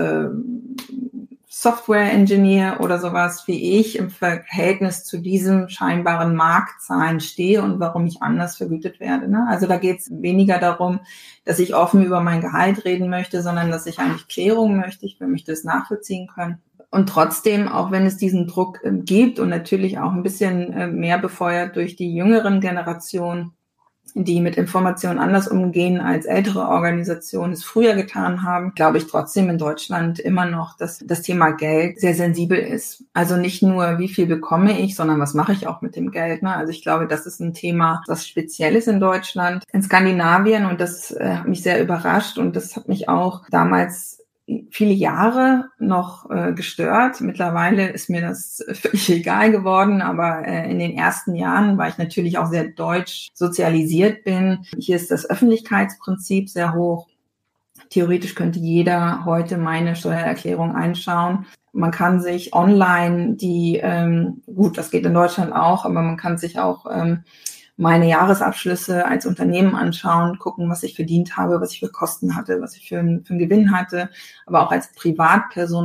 Software-Engineer oder sowas, wie ich im Verhältnis zu diesem scheinbaren Marktzahlen stehe und warum ich anders vergütet werde. Ne? Also da geht es weniger darum, dass ich offen über mein Gehalt reden möchte, sondern dass ich eigentlich Klärung möchte. Ich möchte es nachvollziehen können. Und trotzdem, auch wenn es diesen Druck gibt und natürlich auch ein bisschen mehr befeuert durch die jüngeren Generationen, die mit Informationen anders umgehen als ältere Organisationen es früher getan haben, glaube ich trotzdem in Deutschland immer noch, dass das Thema Geld sehr sensibel ist. Also nicht nur, wie viel bekomme ich, sondern was mache ich auch mit dem Geld. Ne? Also ich glaube, das ist ein Thema, das speziell ist in Deutschland. In Skandinavien, und das hat mich sehr überrascht und das hat mich auch damals viele Jahre noch gestört. Mittlerweile ist mir das völlig egal geworden, aber in den ersten Jahren, weil ich natürlich auch sehr deutsch sozialisiert bin, hier ist das Öffentlichkeitsprinzip sehr hoch. Theoretisch könnte jeder heute meine Steuererklärung einschauen. Man kann sich online gut, das geht in Deutschland auch, aber man kann sich auch meine Jahresabschlüsse als Unternehmen anschauen, gucken, was ich verdient habe, was ich für Kosten hatte, was ich für einen Gewinn hatte. Aber auch als Privatperson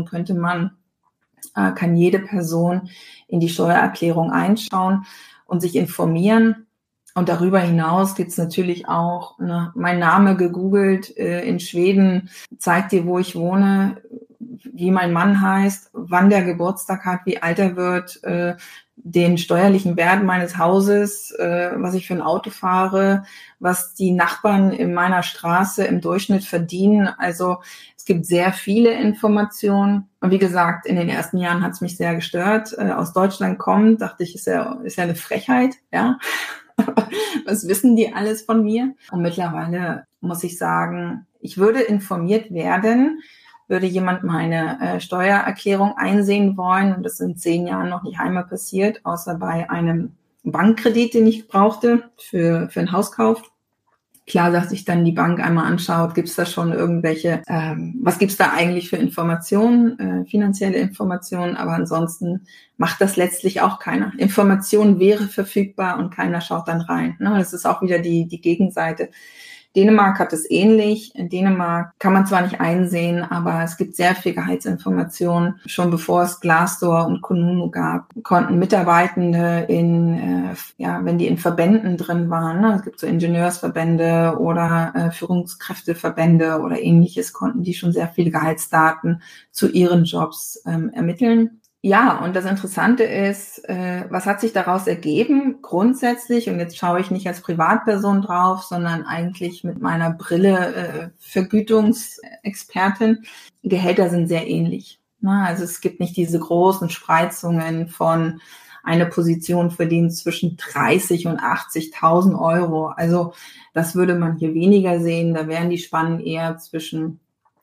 kann jede Person in die Steuererklärung einschauen und sich informieren. Und darüber hinaus gibt es natürlich auch mein Name gegoogelt in Schweden, zeigt dir, wo ich wohne, wie mein Mann heißt, wann der Geburtstag hat, wie alt er wird, den steuerlichen Wert meines Hauses, was ich für ein Auto fahre, was die Nachbarn in meiner Straße im Durchschnitt verdienen. Also es gibt sehr viele Informationen. Und wie gesagt, in den ersten Jahren hat es mich sehr gestört. Aus Deutschland kommt, dachte ich, ist ja eine Frechheit, ja. Was wissen die alles von mir? Und mittlerweile muss ich sagen, ich würde informiert werden, würde jemand meine Steuererklärung einsehen wollen, und das ist in 10 Jahren noch nicht einmal passiert, außer bei einem Bankkredit, den ich brauchte für einen Hauskauf. Klar, dass sich dann die Bank einmal anschaut, gibt es da schon irgendwelche, was gibt es da eigentlich für Informationen, finanzielle Informationen, aber ansonsten macht das letztlich auch keiner. Information wäre verfügbar und keiner schaut dann rein. Ne? Das ist auch wieder die Gegenseite. Dänemark hat es ähnlich. In Dänemark kann man zwar nicht einsehen, aber es gibt sehr viel Gehaltsinformationen. Schon bevor es Glassdoor und Kununu gab, konnten Mitarbeitende wenn die in Verbänden drin waren, es gibt so Ingenieursverbände oder Führungskräfteverbände oder ähnliches, konnten die schon sehr viele Gehaltsdaten zu ihren Jobs ermitteln. Ja, und das Interessante ist, was hat sich daraus ergeben? Grundsätzlich, und jetzt schaue ich nicht als Privatperson drauf, sondern eigentlich mit meiner Brille Vergütungsexpertin, Gehälter sind sehr ähnlich. Also es gibt nicht diese großen Spreizungen von einer Position verdient zwischen 30 und 80.000 Euro. Also das würde man hier weniger sehen. Da wären die Spannen eher zwischen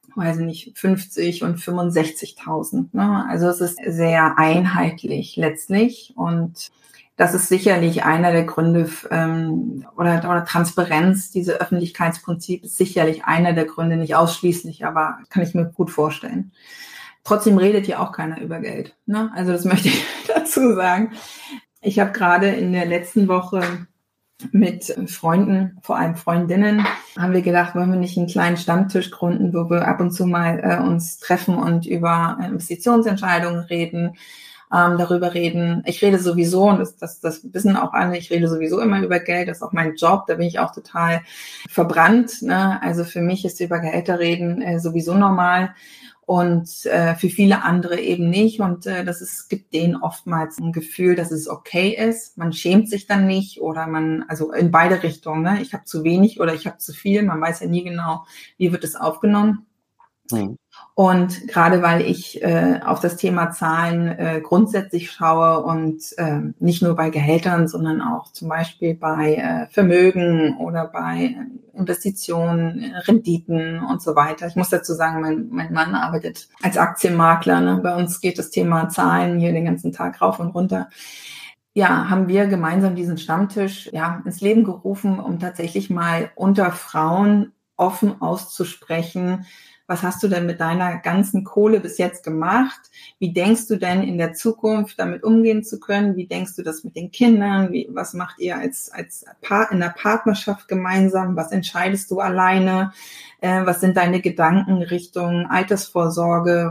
50 und 65.000. Ne? Also es ist sehr einheitlich letztlich, und das ist sicherlich einer der Gründe, oder Transparenz, diese Öffentlichkeitsprinzip ist sicherlich einer der Gründe, nicht ausschließlich, aber kann ich mir gut vorstellen. Trotzdem redet hier auch keiner über Geld. Ne? Also das möchte ich dazu sagen. Ich habe gerade in der letzten Woche mit Freunden, vor allem Freundinnen, haben wir gedacht, wollen wir nicht einen kleinen Stammtisch gründen, wo wir ab und zu mal uns treffen und über Investitionsentscheidungen reden, darüber reden. Ich rede sowieso, und das wissen auch alle, ich rede sowieso immer über Geld, das ist auch mein Job, da bin ich auch total verbrannt. Ne? Also für mich ist über Gehälter sowieso normal. Und für viele andere eben nicht. Und gibt denen oftmals ein Gefühl, dass es okay ist. Man schämt sich dann nicht, oder also in beide Richtungen. Ne? Ich habe zu wenig oder ich habe zu viel. Man weiß ja nie genau, wie wird es aufgenommen.
Mhm.
Und gerade weil ich auf das Thema Zahlen grundsätzlich schaue und nicht nur bei Gehältern, sondern auch zum Beispiel bei Vermögen oder bei Investitionen, Renditen und so weiter. Ich muss dazu sagen, mein Mann arbeitet als Aktienmakler. Ne? Bei uns geht das Thema Zahlen hier den ganzen Tag rauf und runter. Ja, haben wir gemeinsam diesen Stammtisch ins Leben gerufen, um tatsächlich mal unter Frauen offen auszusprechen: Was hast du denn mit deiner ganzen Kohle bis jetzt gemacht? Wie denkst du denn in der Zukunft damit umgehen zu können? Wie denkst du das mit den Kindern? Was macht ihr als Paar in der Partnerschaft gemeinsam? Was entscheidest du alleine? Was sind deine Gedanken Richtung Altersvorsorge?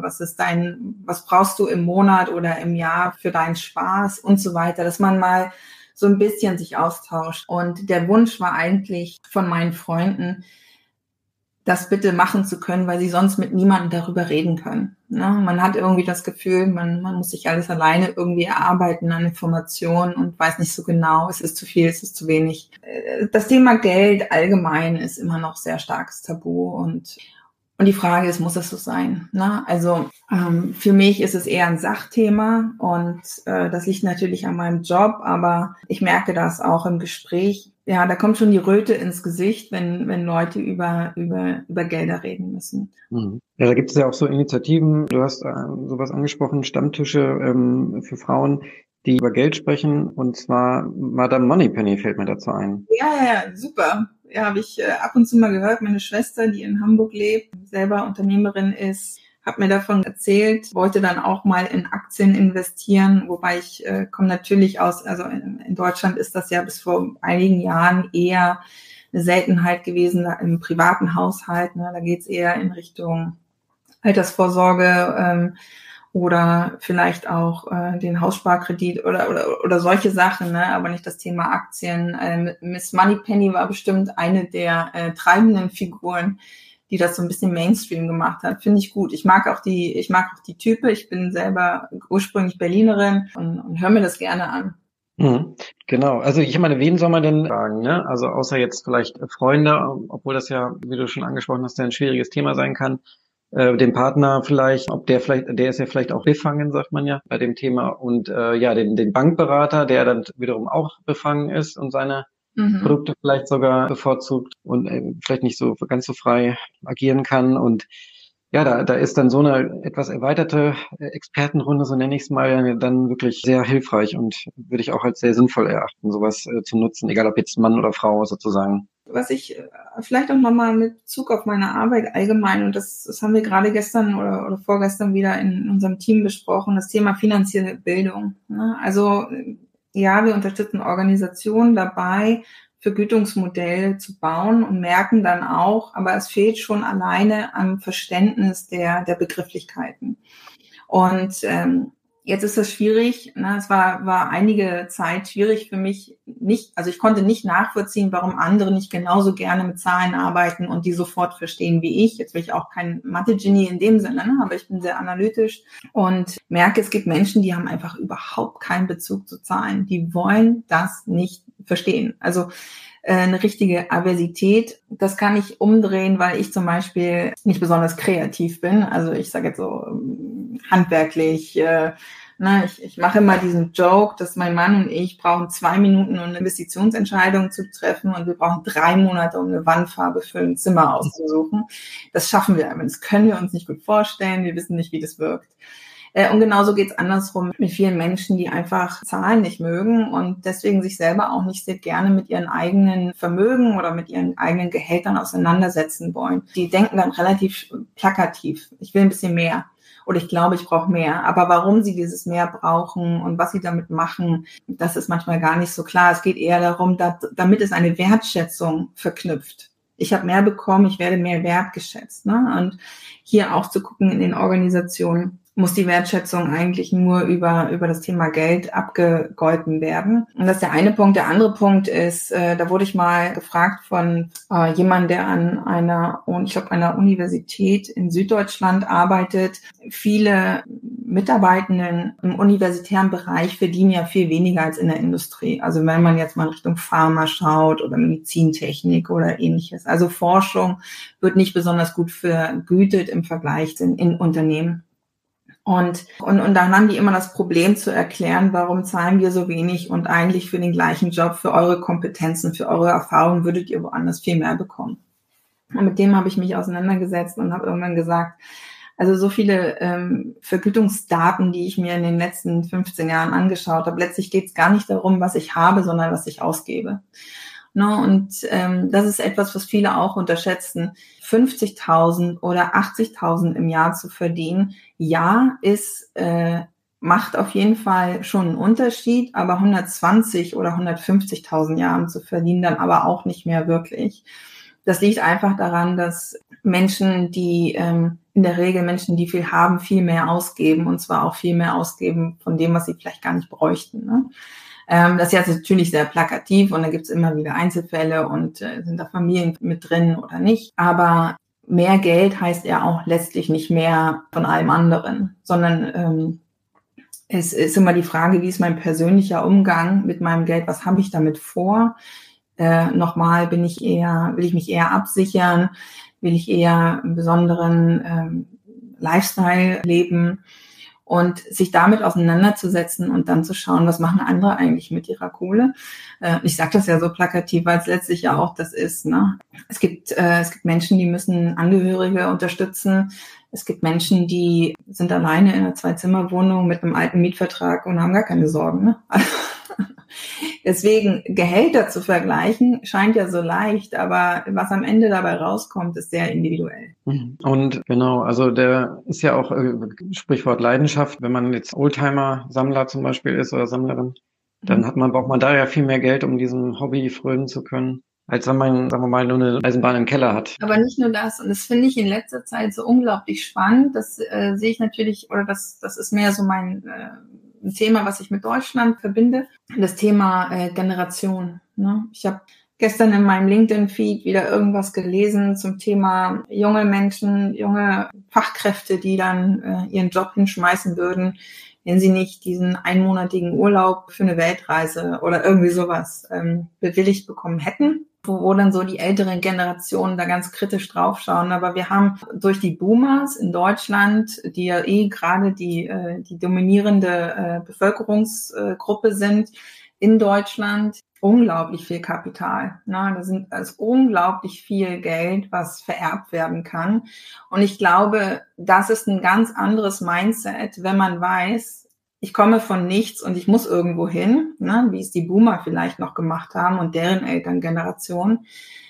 Was brauchst du im Monat oder im Jahr für deinen Spaß und so weiter? Dass man mal so ein bisschen sich austauscht. Und der Wunsch war eigentlich von meinen Freunden, das bitte machen zu können, weil sie sonst mit niemandem darüber reden können. Ne? Man hat irgendwie das Gefühl, man muss sich alles alleine irgendwie erarbeiten an Informationen und weiß nicht so genau, es ist zu viel, es ist zu wenig. Das Thema Geld allgemein ist immer noch sehr starkes Tabu und die Frage ist, muss das so sein? Ne? Also für mich ist es eher ein Sachthema und das liegt natürlich an meinem Job, aber ich merke das auch im Gespräch. Ja, da kommt schon die Röte ins Gesicht, wenn Leute über Gelder reden müssen.
Mhm. Ja, da gibt es ja auch so Initiativen. Du hast sowas angesprochen, Stammtische für Frauen, die über Geld sprechen. Und zwar Madame Moneypenny fällt mir dazu ein.
Ja, super. Ja, habe ich ab und zu mal gehört. Meine Schwester, die in Hamburg lebt, selber Unternehmerin ist, hat mir davon erzählt, wollte dann auch mal in Aktien investieren, wobei ich komme natürlich also in Deutschland ist das ja bis vor einigen Jahren eher eine Seltenheit gewesen im privaten Haushalt. Ne? Da geht's eher in Richtung Altersvorsorge oder vielleicht auch den Haussparkredit oder solche Sachen, ne? Aber nicht das Thema Aktien. Miss Moneypenny war bestimmt eine der treibenden Figuren, die das so ein bisschen Mainstream gemacht hat. Finde ich gut. Ich mag auch die Type. Ich bin selber ursprünglich Berlinerin und höre mir das gerne an.
Mhm. Genau. Also ich meine, wen soll man denn fragen, ne? Also außer jetzt vielleicht Freunde, obwohl das ja, wie du schon angesprochen hast, ein schwieriges Thema sein kann. Den Partner vielleicht, der ist ja vielleicht auch befangen, sagt man ja, bei dem Thema. Und den Bankberater, der dann wiederum auch befangen ist und seine Produkte vielleicht sogar bevorzugt und vielleicht nicht so ganz so frei agieren kann. Und ja, da ist dann so eine etwas erweiterte Expertenrunde, so nenne ich es mal, dann wirklich sehr hilfreich und würde ich auch als sehr sinnvoll erachten, sowas zu nutzen, egal ob jetzt Mann oder Frau sozusagen.
Was ich vielleicht auch nochmal mit Bezug auf meine Arbeit allgemein, und das haben wir gerade gestern oder vorgestern wieder in unserem Team besprochen, das Thema finanzielle Bildung. Ne? Also ja, wir unterstützen Organisationen dabei, Vergütungsmodelle zu bauen und merken dann auch, aber es fehlt schon alleine am Verständnis der Begrifflichkeiten. Und jetzt ist das schwierig. Ne? Es war einige Zeit schwierig für mich. Also ich konnte nicht nachvollziehen, warum andere nicht genauso gerne mit Zahlen arbeiten und die sofort verstehen wie ich. Jetzt bin ich auch kein Mathe-Genie in dem Sinne, ne? Aber ich bin sehr analytisch und merke, es gibt Menschen, die haben einfach überhaupt keinen Bezug zu Zahlen. Die wollen das nicht verstehen. Also eine richtige Aversität. Das kann ich umdrehen, weil ich zum Beispiel nicht besonders kreativ bin. Also ich sage jetzt so handwerklich. Ich mache immer diesen Joke, dass mein Mann und ich brauchen 2 Minuten, um eine Investitionsentscheidung zu treffen und wir brauchen 3 Monate, um eine Wandfarbe für ein Zimmer auszusuchen. Das schaffen wir aber. Das können wir uns nicht gut vorstellen. Wir wissen nicht, wie das wirkt. Und genauso geht's andersrum mit vielen Menschen, die einfach Zahlen nicht mögen und deswegen sich selber auch nicht sehr gerne mit ihren eigenen Vermögen oder mit ihren eigenen Gehältern auseinandersetzen wollen. Die denken dann relativ plakativ. Ich will ein bisschen mehr. Oder ich glaube, ich brauche mehr. Aber warum sie dieses mehr brauchen und was sie damit machen, das ist manchmal gar nicht so klar. Es geht eher darum, damit es eine Wertschätzung verknüpft. Ich habe mehr bekommen, ich werde mehr wertgeschätzt. Ne? Und hier auch zu gucken in den Organisationen, muss die Wertschätzung eigentlich nur über das Thema Geld abgegolten werden. Und das ist der eine Punkt. Der andere Punkt ist, da wurde ich mal gefragt von jemandem, der an einer Universität in Süddeutschland arbeitet. Viele Mitarbeitenden im universitären Bereich verdienen ja viel weniger als in der Industrie. Also wenn man jetzt mal Richtung Pharma schaut oder Medizintechnik oder ähnliches. Also Forschung wird nicht besonders gut vergütet im Vergleich in Unternehmen. Und dann haben die immer das Problem zu erklären, warum zahlen wir so wenig und eigentlich für den gleichen Job, für eure Kompetenzen, für eure Erfahrungen würdet ihr woanders viel mehr bekommen. Und mit dem habe ich mich auseinandergesetzt und habe irgendwann gesagt, also so viele Vergütungsdaten, die ich mir in den letzten 15 Jahren angeschaut habe, letztlich geht es gar nicht darum, was ich habe, sondern was ich ausgebe. No, und das ist etwas, was viele auch unterschätzen. 50.000 oder 80.000 im Jahr zu verdienen, ja, macht auf jeden Fall schon einen Unterschied, aber 120 oder 150.000 Jahren zu verdienen, dann aber auch nicht mehr wirklich. Das liegt einfach daran, dass Menschen, in der Regel Menschen, die viel haben, viel mehr ausgeben, und zwar auch viel mehr ausgeben von dem, was sie vielleicht gar nicht bräuchten, ne? Das ist jetzt natürlich sehr plakativ und da gibt es immer wieder Einzelfälle und sind da Familien mit drin oder nicht. Aber mehr Geld heißt ja auch letztlich nicht mehr von allem anderen, sondern es ist immer die Frage, wie ist mein persönlicher Umgang mit meinem Geld, was habe ich damit vor? Nochmal, will ich mich eher absichern? Will ich eher einen besonderen Lifestyle leben? Und sich damit auseinanderzusetzen und dann zu schauen, was machen andere eigentlich mit ihrer Kohle. Ich sage das ja so plakativ, weil es letztlich ja auch das ist, ne? Es gibt Menschen, die müssen Angehörige unterstützen. Es gibt Menschen, die sind alleine in einer 2-Zimmer-Wohnung mit einem alten Mietvertrag und haben gar keine Sorgen, ne? Deswegen Gehälter zu vergleichen scheint ja so leicht, aber was am Ende dabei rauskommt, ist sehr individuell.
Und genau, also der ist ja auch Sprichwort Leidenschaft. Wenn man jetzt Oldtimer-Sammler zum Beispiel ist oder Sammlerin, dann braucht man da ja viel mehr Geld, um diesem Hobby frönen zu können, als wenn man, sagen wir mal, nur eine Eisenbahn im Keller hat.
Aber nicht nur das, und das finde ich in letzter Zeit so unglaublich spannend. Das sehe ich natürlich, oder das ist mehr so ein Thema, was ich mit Deutschland verbinde, das Thema Generation. Ne? Ich habe gestern in meinem LinkedIn-Feed wieder irgendwas gelesen zum Thema junge Menschen, junge Fachkräfte, die dann ihren Job hinschmeißen würden, wenn sie nicht diesen einmonatigen Urlaub für eine Weltreise oder irgendwie sowas bewilligt bekommen hätten, wo dann so die älteren Generationen da ganz kritisch draufschauen. Aber wir haben durch die Boomers in Deutschland, die ja gerade die dominierende Bevölkerungsgruppe sind in Deutschland, unglaublich viel Kapital. Ne? Da ist unglaublich viel Geld, was vererbt werden kann. Und ich glaube, das ist ein ganz anderes Mindset, wenn man weiß, ich komme von nichts und ich muss irgendwo hin, ne? Wie es die Boomer vielleicht noch gemacht haben und deren Elterngeneration,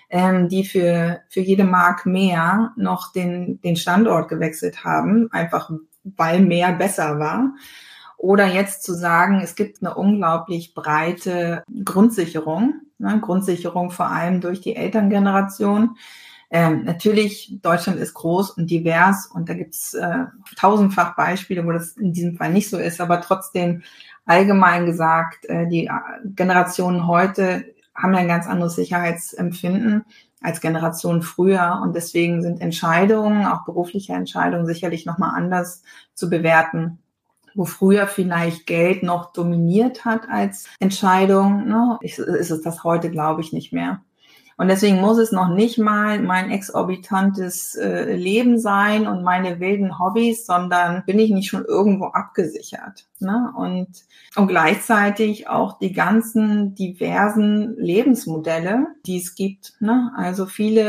die für jede Mark mehr noch den Standort gewechselt haben, einfach weil mehr besser war. Oder jetzt zu sagen, es gibt eine unglaublich breite Grundsicherung, ne? Grundsicherung vor allem durch die Elterngeneration. Natürlich, Deutschland ist groß und divers und da gibt's tausendfach Beispiele, wo das in diesem Fall nicht so ist, aber trotzdem allgemein gesagt, die Generationen heute haben ja ein ganz anderes Sicherheitsempfinden als Generationen früher und deswegen sind Entscheidungen, auch berufliche Entscheidungen, sicherlich nochmal anders zu bewerten. Wo früher vielleicht Geld noch dominiert hat als Entscheidung, ne, ist es das heute, glaube ich, nicht mehr. Und deswegen muss es noch nicht mal mein exorbitantes Leben sein und meine wilden Hobbys, sondern bin ich nicht schon irgendwo abgesichert, ne? Und gleichzeitig auch die ganzen diversen Lebensmodelle, die es gibt, ne? Also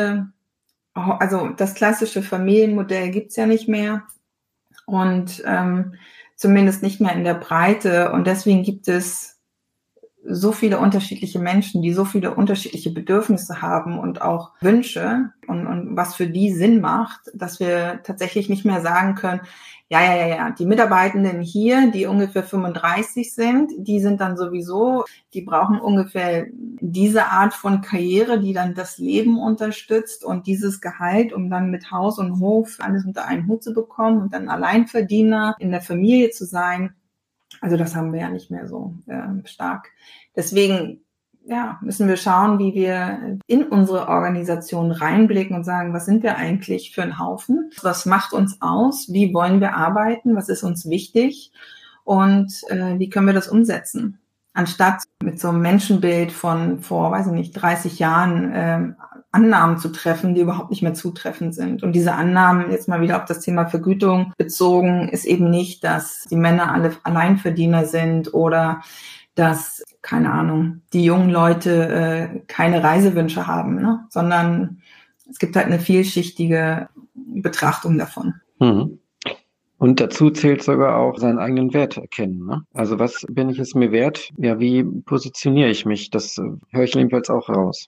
das klassische Familienmodell gibt's ja nicht mehr und zumindest nicht mehr in der Breite. Und deswegen gibt es so viele unterschiedliche Menschen, die so viele unterschiedliche Bedürfnisse haben und auch Wünsche und was für die Sinn macht, dass wir tatsächlich nicht mehr sagen können, ja, die Mitarbeitenden hier, die ungefähr 35 sind, die sind dann sowieso, die brauchen ungefähr diese Art von Karriere, die dann das Leben unterstützt und dieses Gehalt, um dann mit Haus und Hof alles unter einen Hut zu bekommen und dann Alleinverdiener in der Familie zu sein. Also das haben wir ja nicht mehr so stark. Deswegen müssen wir schauen, wie wir in unsere Organisation reinblicken und sagen, was sind wir eigentlich für ein Haufen? Was macht uns aus? Wie wollen wir arbeiten? Was ist uns wichtig? Und wie können wir das umsetzen? Anstatt mit so einem Menschenbild von vor, 30 Jahren Annahmen zu treffen, die überhaupt nicht mehr zutreffend sind. Und diese Annahmen, jetzt mal wieder auf das Thema Vergütung bezogen, ist eben nicht, dass die Männer alle Alleinverdiener sind oder dass, keine Ahnung, die jungen Leute keine Reisewünsche haben, ne? Sondern es gibt halt eine vielschichtige Betrachtung davon.
Mhm. Und dazu zählt sogar auch seinen eigenen Wert erkennen, ne? Also was bin ich es mir wert? Ja, wie positioniere ich mich? Das höre ich jedenfalls auch raus.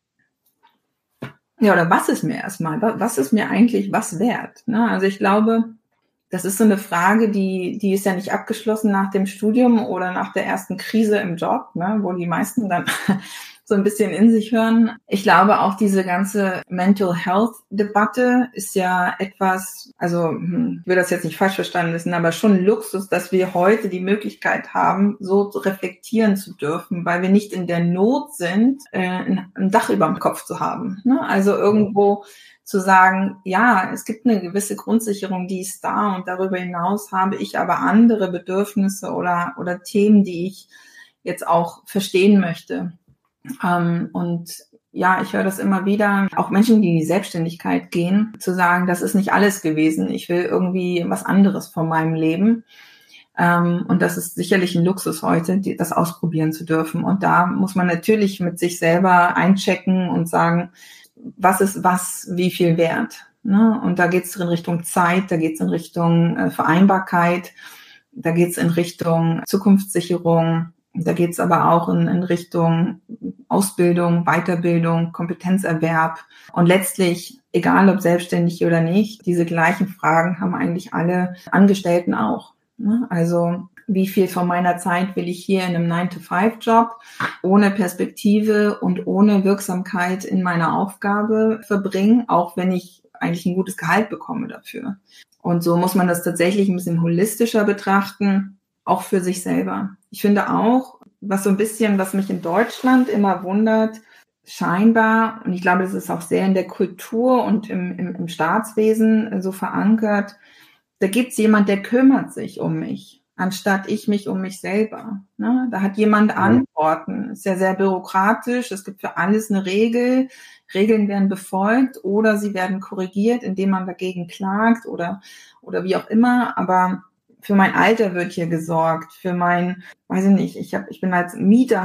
Ja, oder was ist mir erstmal? Was ist mir eigentlich was wert? Ne? Also ich glaube, das ist so eine Frage, die ist ja nicht abgeschlossen nach dem Studium oder nach der ersten Krise im Job, ne, wo die meisten dann so ein bisschen in sich hören. Ich glaube, auch diese ganze Mental Health Debatte ist ja etwas, also ich will das jetzt nicht falsch verstanden wissen, aber schon Luxus, dass wir heute die Möglichkeit haben, so reflektieren zu dürfen, weil wir nicht in der Not sind, ein Dach über dem Kopf zu haben. Ne? Also irgendwo zu sagen, ja, es gibt eine gewisse Grundsicherung, die ist da und darüber hinaus habe ich aber andere Bedürfnisse oder Themen, die ich jetzt auch verstehen möchte. Und ja, ich höre das immer wieder, auch Menschen, die in die Selbstständigkeit gehen, zu sagen, das ist nicht alles gewesen. Ich will irgendwie was anderes von meinem Leben. Und das ist sicherlich ein Luxus heute, das ausprobieren zu dürfen. Und da muss man natürlich mit sich selber einchecken und sagen, was ist was, wie viel wert? Ne? Und da geht es in Richtung Zeit, da geht es in Richtung Vereinbarkeit, da geht es in Richtung Zukunftssicherung, da geht es aber auch in Richtung Ausbildung, Weiterbildung, Kompetenzerwerb. Und letztlich, egal ob selbstständig oder nicht, diese gleichen Fragen haben eigentlich alle Angestellten auch. Ne? Also wie viel von meiner Zeit will ich hier in einem 9-to-5-Job ohne Perspektive und ohne Wirksamkeit in meiner Aufgabe verbringen, auch wenn ich eigentlich ein gutes Gehalt bekomme dafür. Und so muss man das tatsächlich ein bisschen holistischer betrachten, auch für sich selber. Ich finde auch, was mich in Deutschland immer wundert, scheinbar, und ich glaube, das ist auch sehr in der Kultur und im Staatswesen so verankert, da gibt es jemand, der kümmert sich um mich, anstatt ich mich um mich selber. Ne? Da hat jemand Antworten. Ist ja sehr bürokratisch. Es gibt für alles eine Regel. Regeln werden befolgt oder sie werden korrigiert, indem man dagegen klagt oder wie auch immer. Aber für mein Alter wird hier gesorgt. Für mein, weiß ich nicht, ich bin als Mieter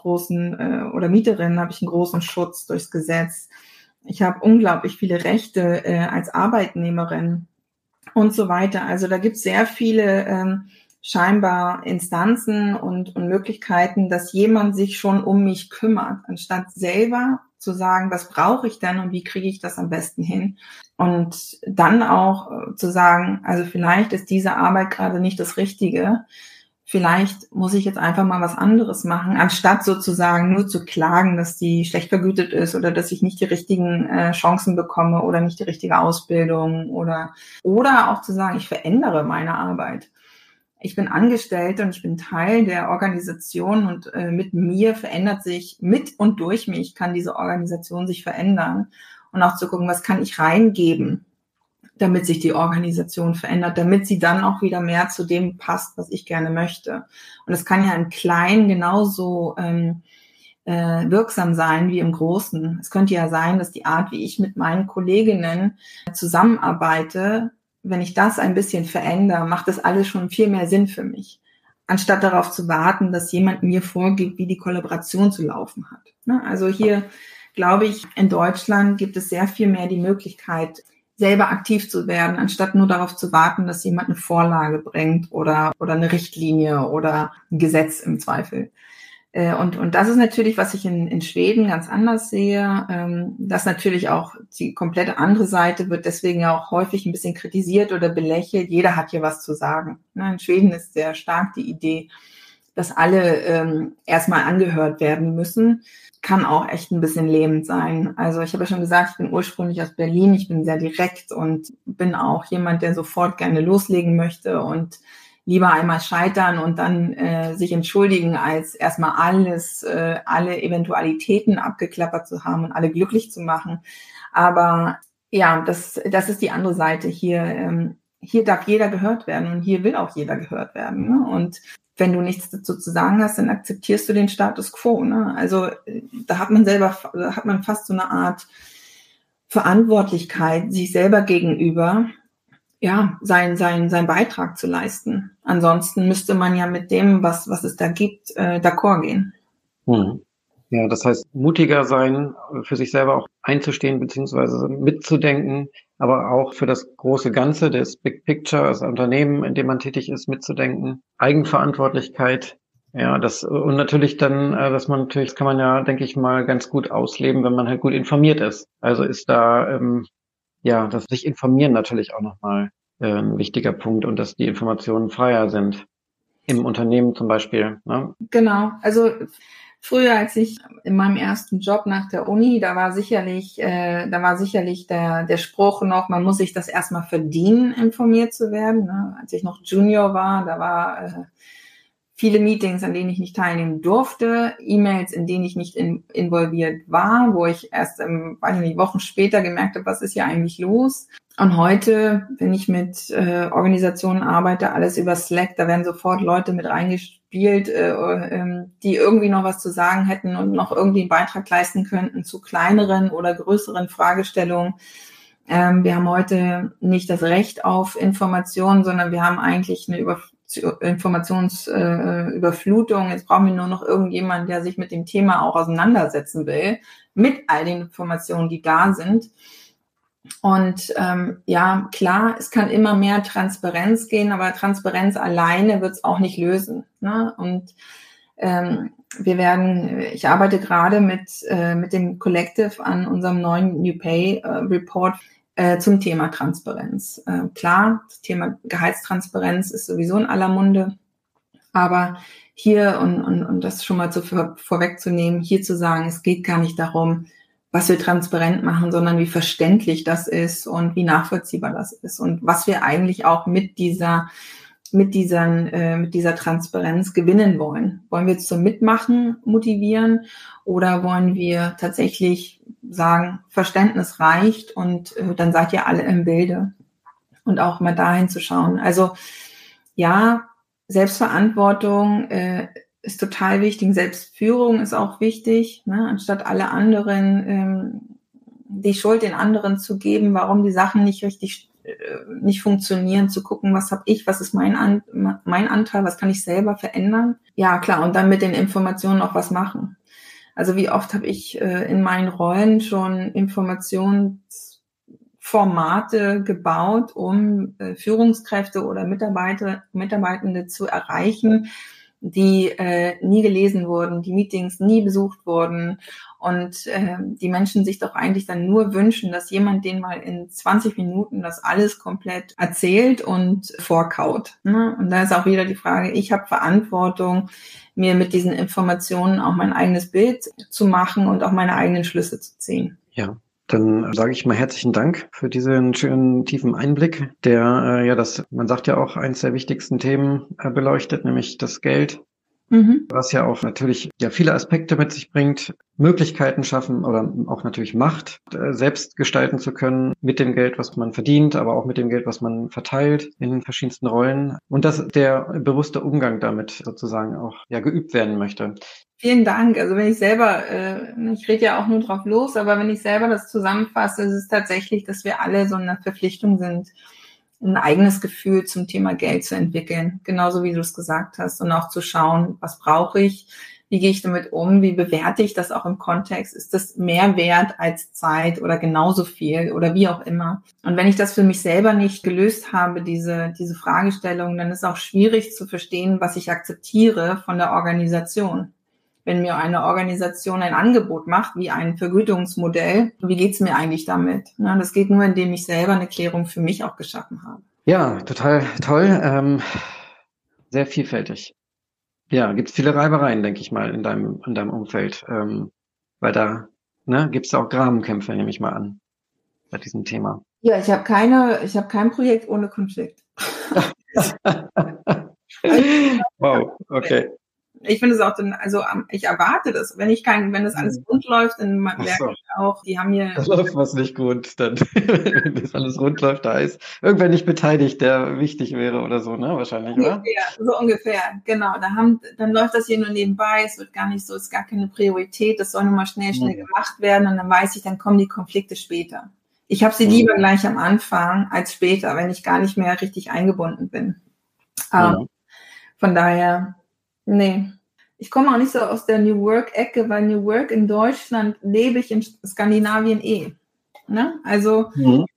oder Mieterin habe ich einen großen Schutz durchs Gesetz. Ich habe unglaublich viele Rechte als Arbeitnehmerin und so weiter. Also da gibt es sehr viele scheinbar Instanzen und Möglichkeiten, dass jemand sich schon um mich kümmert, anstatt selber zu sagen, was brauche ich denn und wie kriege ich das am besten hin? Und dann auch zu sagen, also vielleicht ist diese Arbeit gerade nicht das Richtige. Vielleicht muss ich jetzt einfach mal was anderes machen, anstatt sozusagen nur zu klagen, dass die schlecht vergütet ist oder dass ich nicht die richtigen Chancen bekomme oder nicht die richtige Ausbildung oder auch zu sagen, ich verändere meine Arbeit. Ich bin Angestellte und ich bin Teil der Organisation und mit mir verändert sich, mit und durch mich kann diese Organisation sich verändern und auch zu gucken, was kann ich reingeben, damit sich die Organisation verändert, damit sie dann auch wieder mehr zu dem passt, was ich gerne möchte. Und das kann ja im Kleinen genauso wirksam sein wie im Großen. Es könnte ja sein, dass die Art, wie ich mit meinen Kolleginnen zusammenarbeite, wenn ich das ein bisschen verändere, macht das alles schon viel mehr Sinn für mich, anstatt darauf zu warten, dass jemand mir vorgibt, wie die Kollaboration zu laufen hat. Also hier, glaube ich, in Deutschland gibt es sehr viel mehr die Möglichkeit, selber aktiv zu werden, anstatt nur darauf zu warten, dass jemand eine Vorlage bringt oder eine Richtlinie oder ein Gesetz im Zweifel. Und das ist natürlich, was ich in Schweden ganz anders sehe. Das natürlich auch die komplette andere Seite wird deswegen ja auch häufig ein bisschen kritisiert oder belächelt. Jeder hat hier was zu sagen. In Schweden ist sehr stark die Idee, dass alle erstmal angehört werden müssen. Kann auch echt ein bisschen lähmend sein. Also ich habe ja schon gesagt, ich bin ursprünglich aus Berlin. Ich bin sehr direkt und bin auch jemand, der sofort gerne loslegen möchte und lieber einmal scheitern und dann sich entschuldigen, als erstmal alle Eventualitäten abgeklappert zu haben und alle glücklich zu machen. Aber ja, das ist die andere Seite hier. Hier darf jeder gehört werden und hier will auch jeder gehört werden. Ne? Und wenn du nichts dazu zu sagen hast, dann akzeptierst du den Status quo. Ne? Also da hat man fast so eine Art Verantwortlichkeit sich selber gegenüber, ja, sein Beitrag zu leisten. Ansonsten müsste man ja mit dem, was es da gibt, d'accord gehen.
Ja, das heißt, mutiger sein, für sich selber auch einzustehen, beziehungsweise mitzudenken, aber auch für das große Ganze, das Big Picture, das Unternehmen, in dem man tätig ist, mitzudenken. Eigenverantwortlichkeit, ja, und natürlich dann, das kann man ja, denke ich mal, ganz gut ausleben, wenn man halt gut informiert ist. Also ist da, das sich informieren natürlich auch nochmal ein wichtiger Punkt und dass die Informationen freier sind. Im Unternehmen zum Beispiel, ne?
Genau, also früher, als ich in meinem ersten Job nach der Uni, da war sicherlich der Spruch noch, man muss sich das erstmal verdienen, informiert zu werden. Ne? Als ich noch Junior war, da war viele Meetings, an denen ich nicht teilnehmen durfte, E-Mails, in denen ich nicht involviert war, wo ich erst Wochen später gemerkt habe, was ist hier eigentlich los. Und heute, wenn ich mit Organisationen arbeite, alles über Slack, da werden sofort Leute mit reingespielt, die irgendwie noch was zu sagen hätten und noch irgendwie einen Beitrag leisten könnten zu kleineren oder größeren Fragestellungen. Wir haben heute nicht das Recht auf Informationen, sondern wir haben eigentlich eine Informationsüberflutung. Jetzt brauchen wir nur noch irgendjemanden, der sich mit dem Thema auch auseinandersetzen will, mit all den Informationen, die da sind. Und ja, klar, es kann immer mehr Transparenz gehen, aber Transparenz alleine wird es auch nicht lösen. Ne? Und ich arbeite gerade mit dem Collective an unserem neuen New Pay Report zum Thema Transparenz. Klar, das Thema Gehaltstransparenz ist sowieso in aller Munde, aber hier, und das schon mal vorwegzunehmen, hier zu sagen, es geht gar nicht darum, was wir transparent machen, sondern wie verständlich das ist und wie nachvollziehbar das ist und was wir eigentlich auch mit dieser Transparenz gewinnen wollen. Wollen wir jetzt zum Mitmachen motivieren oder wollen wir tatsächlich sagen, Verständnis reicht und dann seid ihr alle im Bilde und auch mal dahin zu schauen. Also ja, Selbstverantwortung ist total wichtig. Selbstführung ist auch wichtig, ne? Anstatt alle anderen die Schuld den anderen zu geben, warum die Sachen nicht funktionieren, zu gucken, was habe ich, was ist mein Anteil, was kann ich selber verändern. Ja, klar, und dann mit den Informationen auch was machen. Also wie oft habe ich in meinen Rollen schon Informationsformate gebaut, um Führungskräfte oder Mitarbeitende zu erreichen, die nie gelesen wurden, die Meetings nie besucht wurden und die Menschen sich doch eigentlich dann nur wünschen, dass jemand denen mal in 20 Minuten das alles komplett erzählt und vorkaut. Ne? Und da ist auch wieder die Frage, ich habe Verantwortung, mir mit diesen Informationen auch mein eigenes Bild zu machen und auch meine eigenen Schlüsse zu ziehen.
Ja. Dann sage ich mal herzlichen Dank für diesen schönen tiefen Einblick, der man sagt ja auch, eins der wichtigsten Themen beleuchtet, nämlich das Geld, was ja auch natürlich viele Aspekte mit sich bringt, Möglichkeiten schaffen oder auch natürlich Macht, selbst gestalten zu können mit dem Geld, was man verdient, aber auch mit dem Geld, was man verteilt in den verschiedensten Rollen und dass der bewusste Umgang damit sozusagen auch geübt werden möchte.
Vielen Dank. Also wenn ich selber, ich rede ja auch nur drauf los, aber wenn ich selber das zusammenfasse, ist es tatsächlich, dass wir alle so in einer Verpflichtung sind, ein eigenes Gefühl zum Thema Geld zu entwickeln. Genauso wie du es gesagt hast. Und auch zu schauen, was brauche ich? Wie gehe ich damit um? Wie bewerte ich das auch im Kontext? Ist das mehr wert als Zeit oder genauso viel oder wie auch immer? Und wenn ich das für mich selber nicht gelöst habe, diese Fragestellung, dann ist auch schwierig zu verstehen, was ich akzeptiere von der Organisation. Wenn mir eine Organisation ein Angebot macht, wie ein Vergütungsmodell, wie geht's mir eigentlich damit? Na, das geht nur, indem ich selber eine Klärung für mich auch geschaffen habe.
Ja, total toll. Sehr vielfältig. Ja, gibt's viele Reibereien, denke ich mal, in deinem Umfeld. Weil da gibt's auch Grabenkämpfe, nehme ich mal an, bei diesem Thema.
Ja, ich habe kein Projekt ohne Konflikt.
Wow, okay.
Ich finde es auch dann, also ich erwarte das. Wenn das alles rund läuft, dann merke
So.
ich auch, die haben hier
Da läuft was nicht gut, dann, wenn das alles rund läuft, da ist irgendwer nicht beteiligt, der wichtig wäre oder so, ne? Wahrscheinlich, oder?
so ungefähr, genau. Dann läuft das hier nur nebenbei, es wird gar nicht so, es ist gar keine Priorität, das soll nur mal schnell gemacht werden und dann weiß ich, dann kommen die Konflikte später. Ich habe sie lieber gleich am Anfang als später, wenn ich gar nicht mehr richtig eingebunden bin. Von daher, nee. Ich komme auch nicht so aus der New Work-Ecke, weil New Work in Deutschland lebe ich in Skandinavien Ne? Also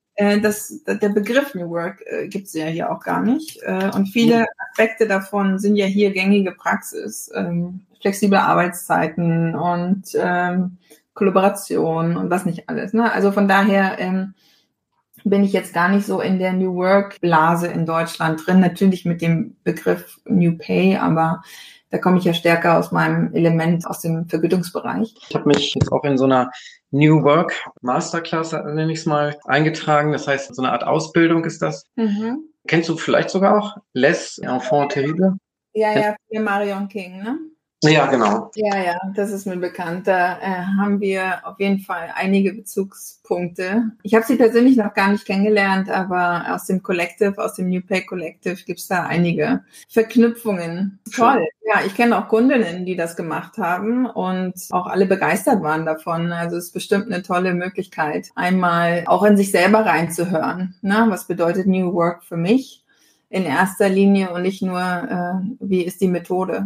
der Begriff New Work gibt es ja hier auch gar nicht. Und viele Aspekte davon sind ja hier gängige Praxis. Flexible Arbeitszeiten und Kollaboration und was nicht alles. Ne? Also von daher bin ich jetzt gar nicht so in der New Work-Blase in Deutschland drin. Natürlich mit dem Begriff New Pay, aber da komme ich ja stärker aus meinem Element, aus dem Vergütungsbereich.
Ich habe mich jetzt auch in so einer New Work Masterclass, nenne ich es mal, eingetragen. Das heißt, so eine Art Ausbildung ist das. Kennst du vielleicht sogar auch Les Enfants Terribles?
Ja, für Marion King, ne?
Ja, genau.
Ja, das ist mir bekannt. Da haben wir auf jeden Fall einige Bezugspunkte. Ich habe sie persönlich noch gar nicht kennengelernt, aber aus dem Collective, aus dem New Pay Collective gibt es da einige Verknüpfungen. Toll. Ja, ich kenne auch Kundinnen, die das gemacht haben und auch alle begeistert waren davon. Also es ist bestimmt eine tolle Möglichkeit, einmal auch in sich selber reinzuhören. Ne? Was bedeutet New Work für mich in erster Linie und nicht nur, wie ist die Methode?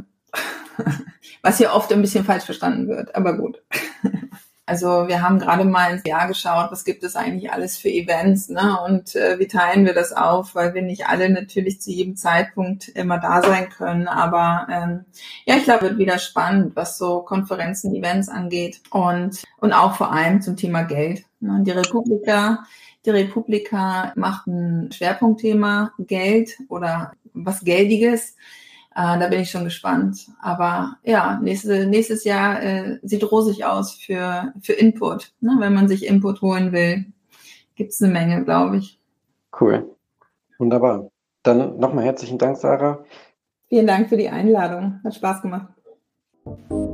Was hier oft ein bisschen falsch verstanden wird, aber gut. Also wir haben gerade mal ins Jahr geschaut, was gibt es eigentlich alles für Events, ne? Und wie teilen wir das auf, weil wir nicht alle natürlich zu jedem Zeitpunkt immer da sein können. Aber ich glaube, wird wieder spannend, was so Konferenzen, Events angeht und auch vor allem zum Thema Geld. Ne? Die Republika macht ein Schwerpunktthema Geld oder was Geldiges. Da bin ich schon gespannt. Aber ja, nächstes Jahr sieht rosig aus für Input. Ne? Wenn man sich Input holen will, gibt's eine Menge, glaube ich.
Cool. Wunderbar. Dann nochmal herzlichen Dank, Sarah.
Vielen Dank für die Einladung. Hat Spaß gemacht.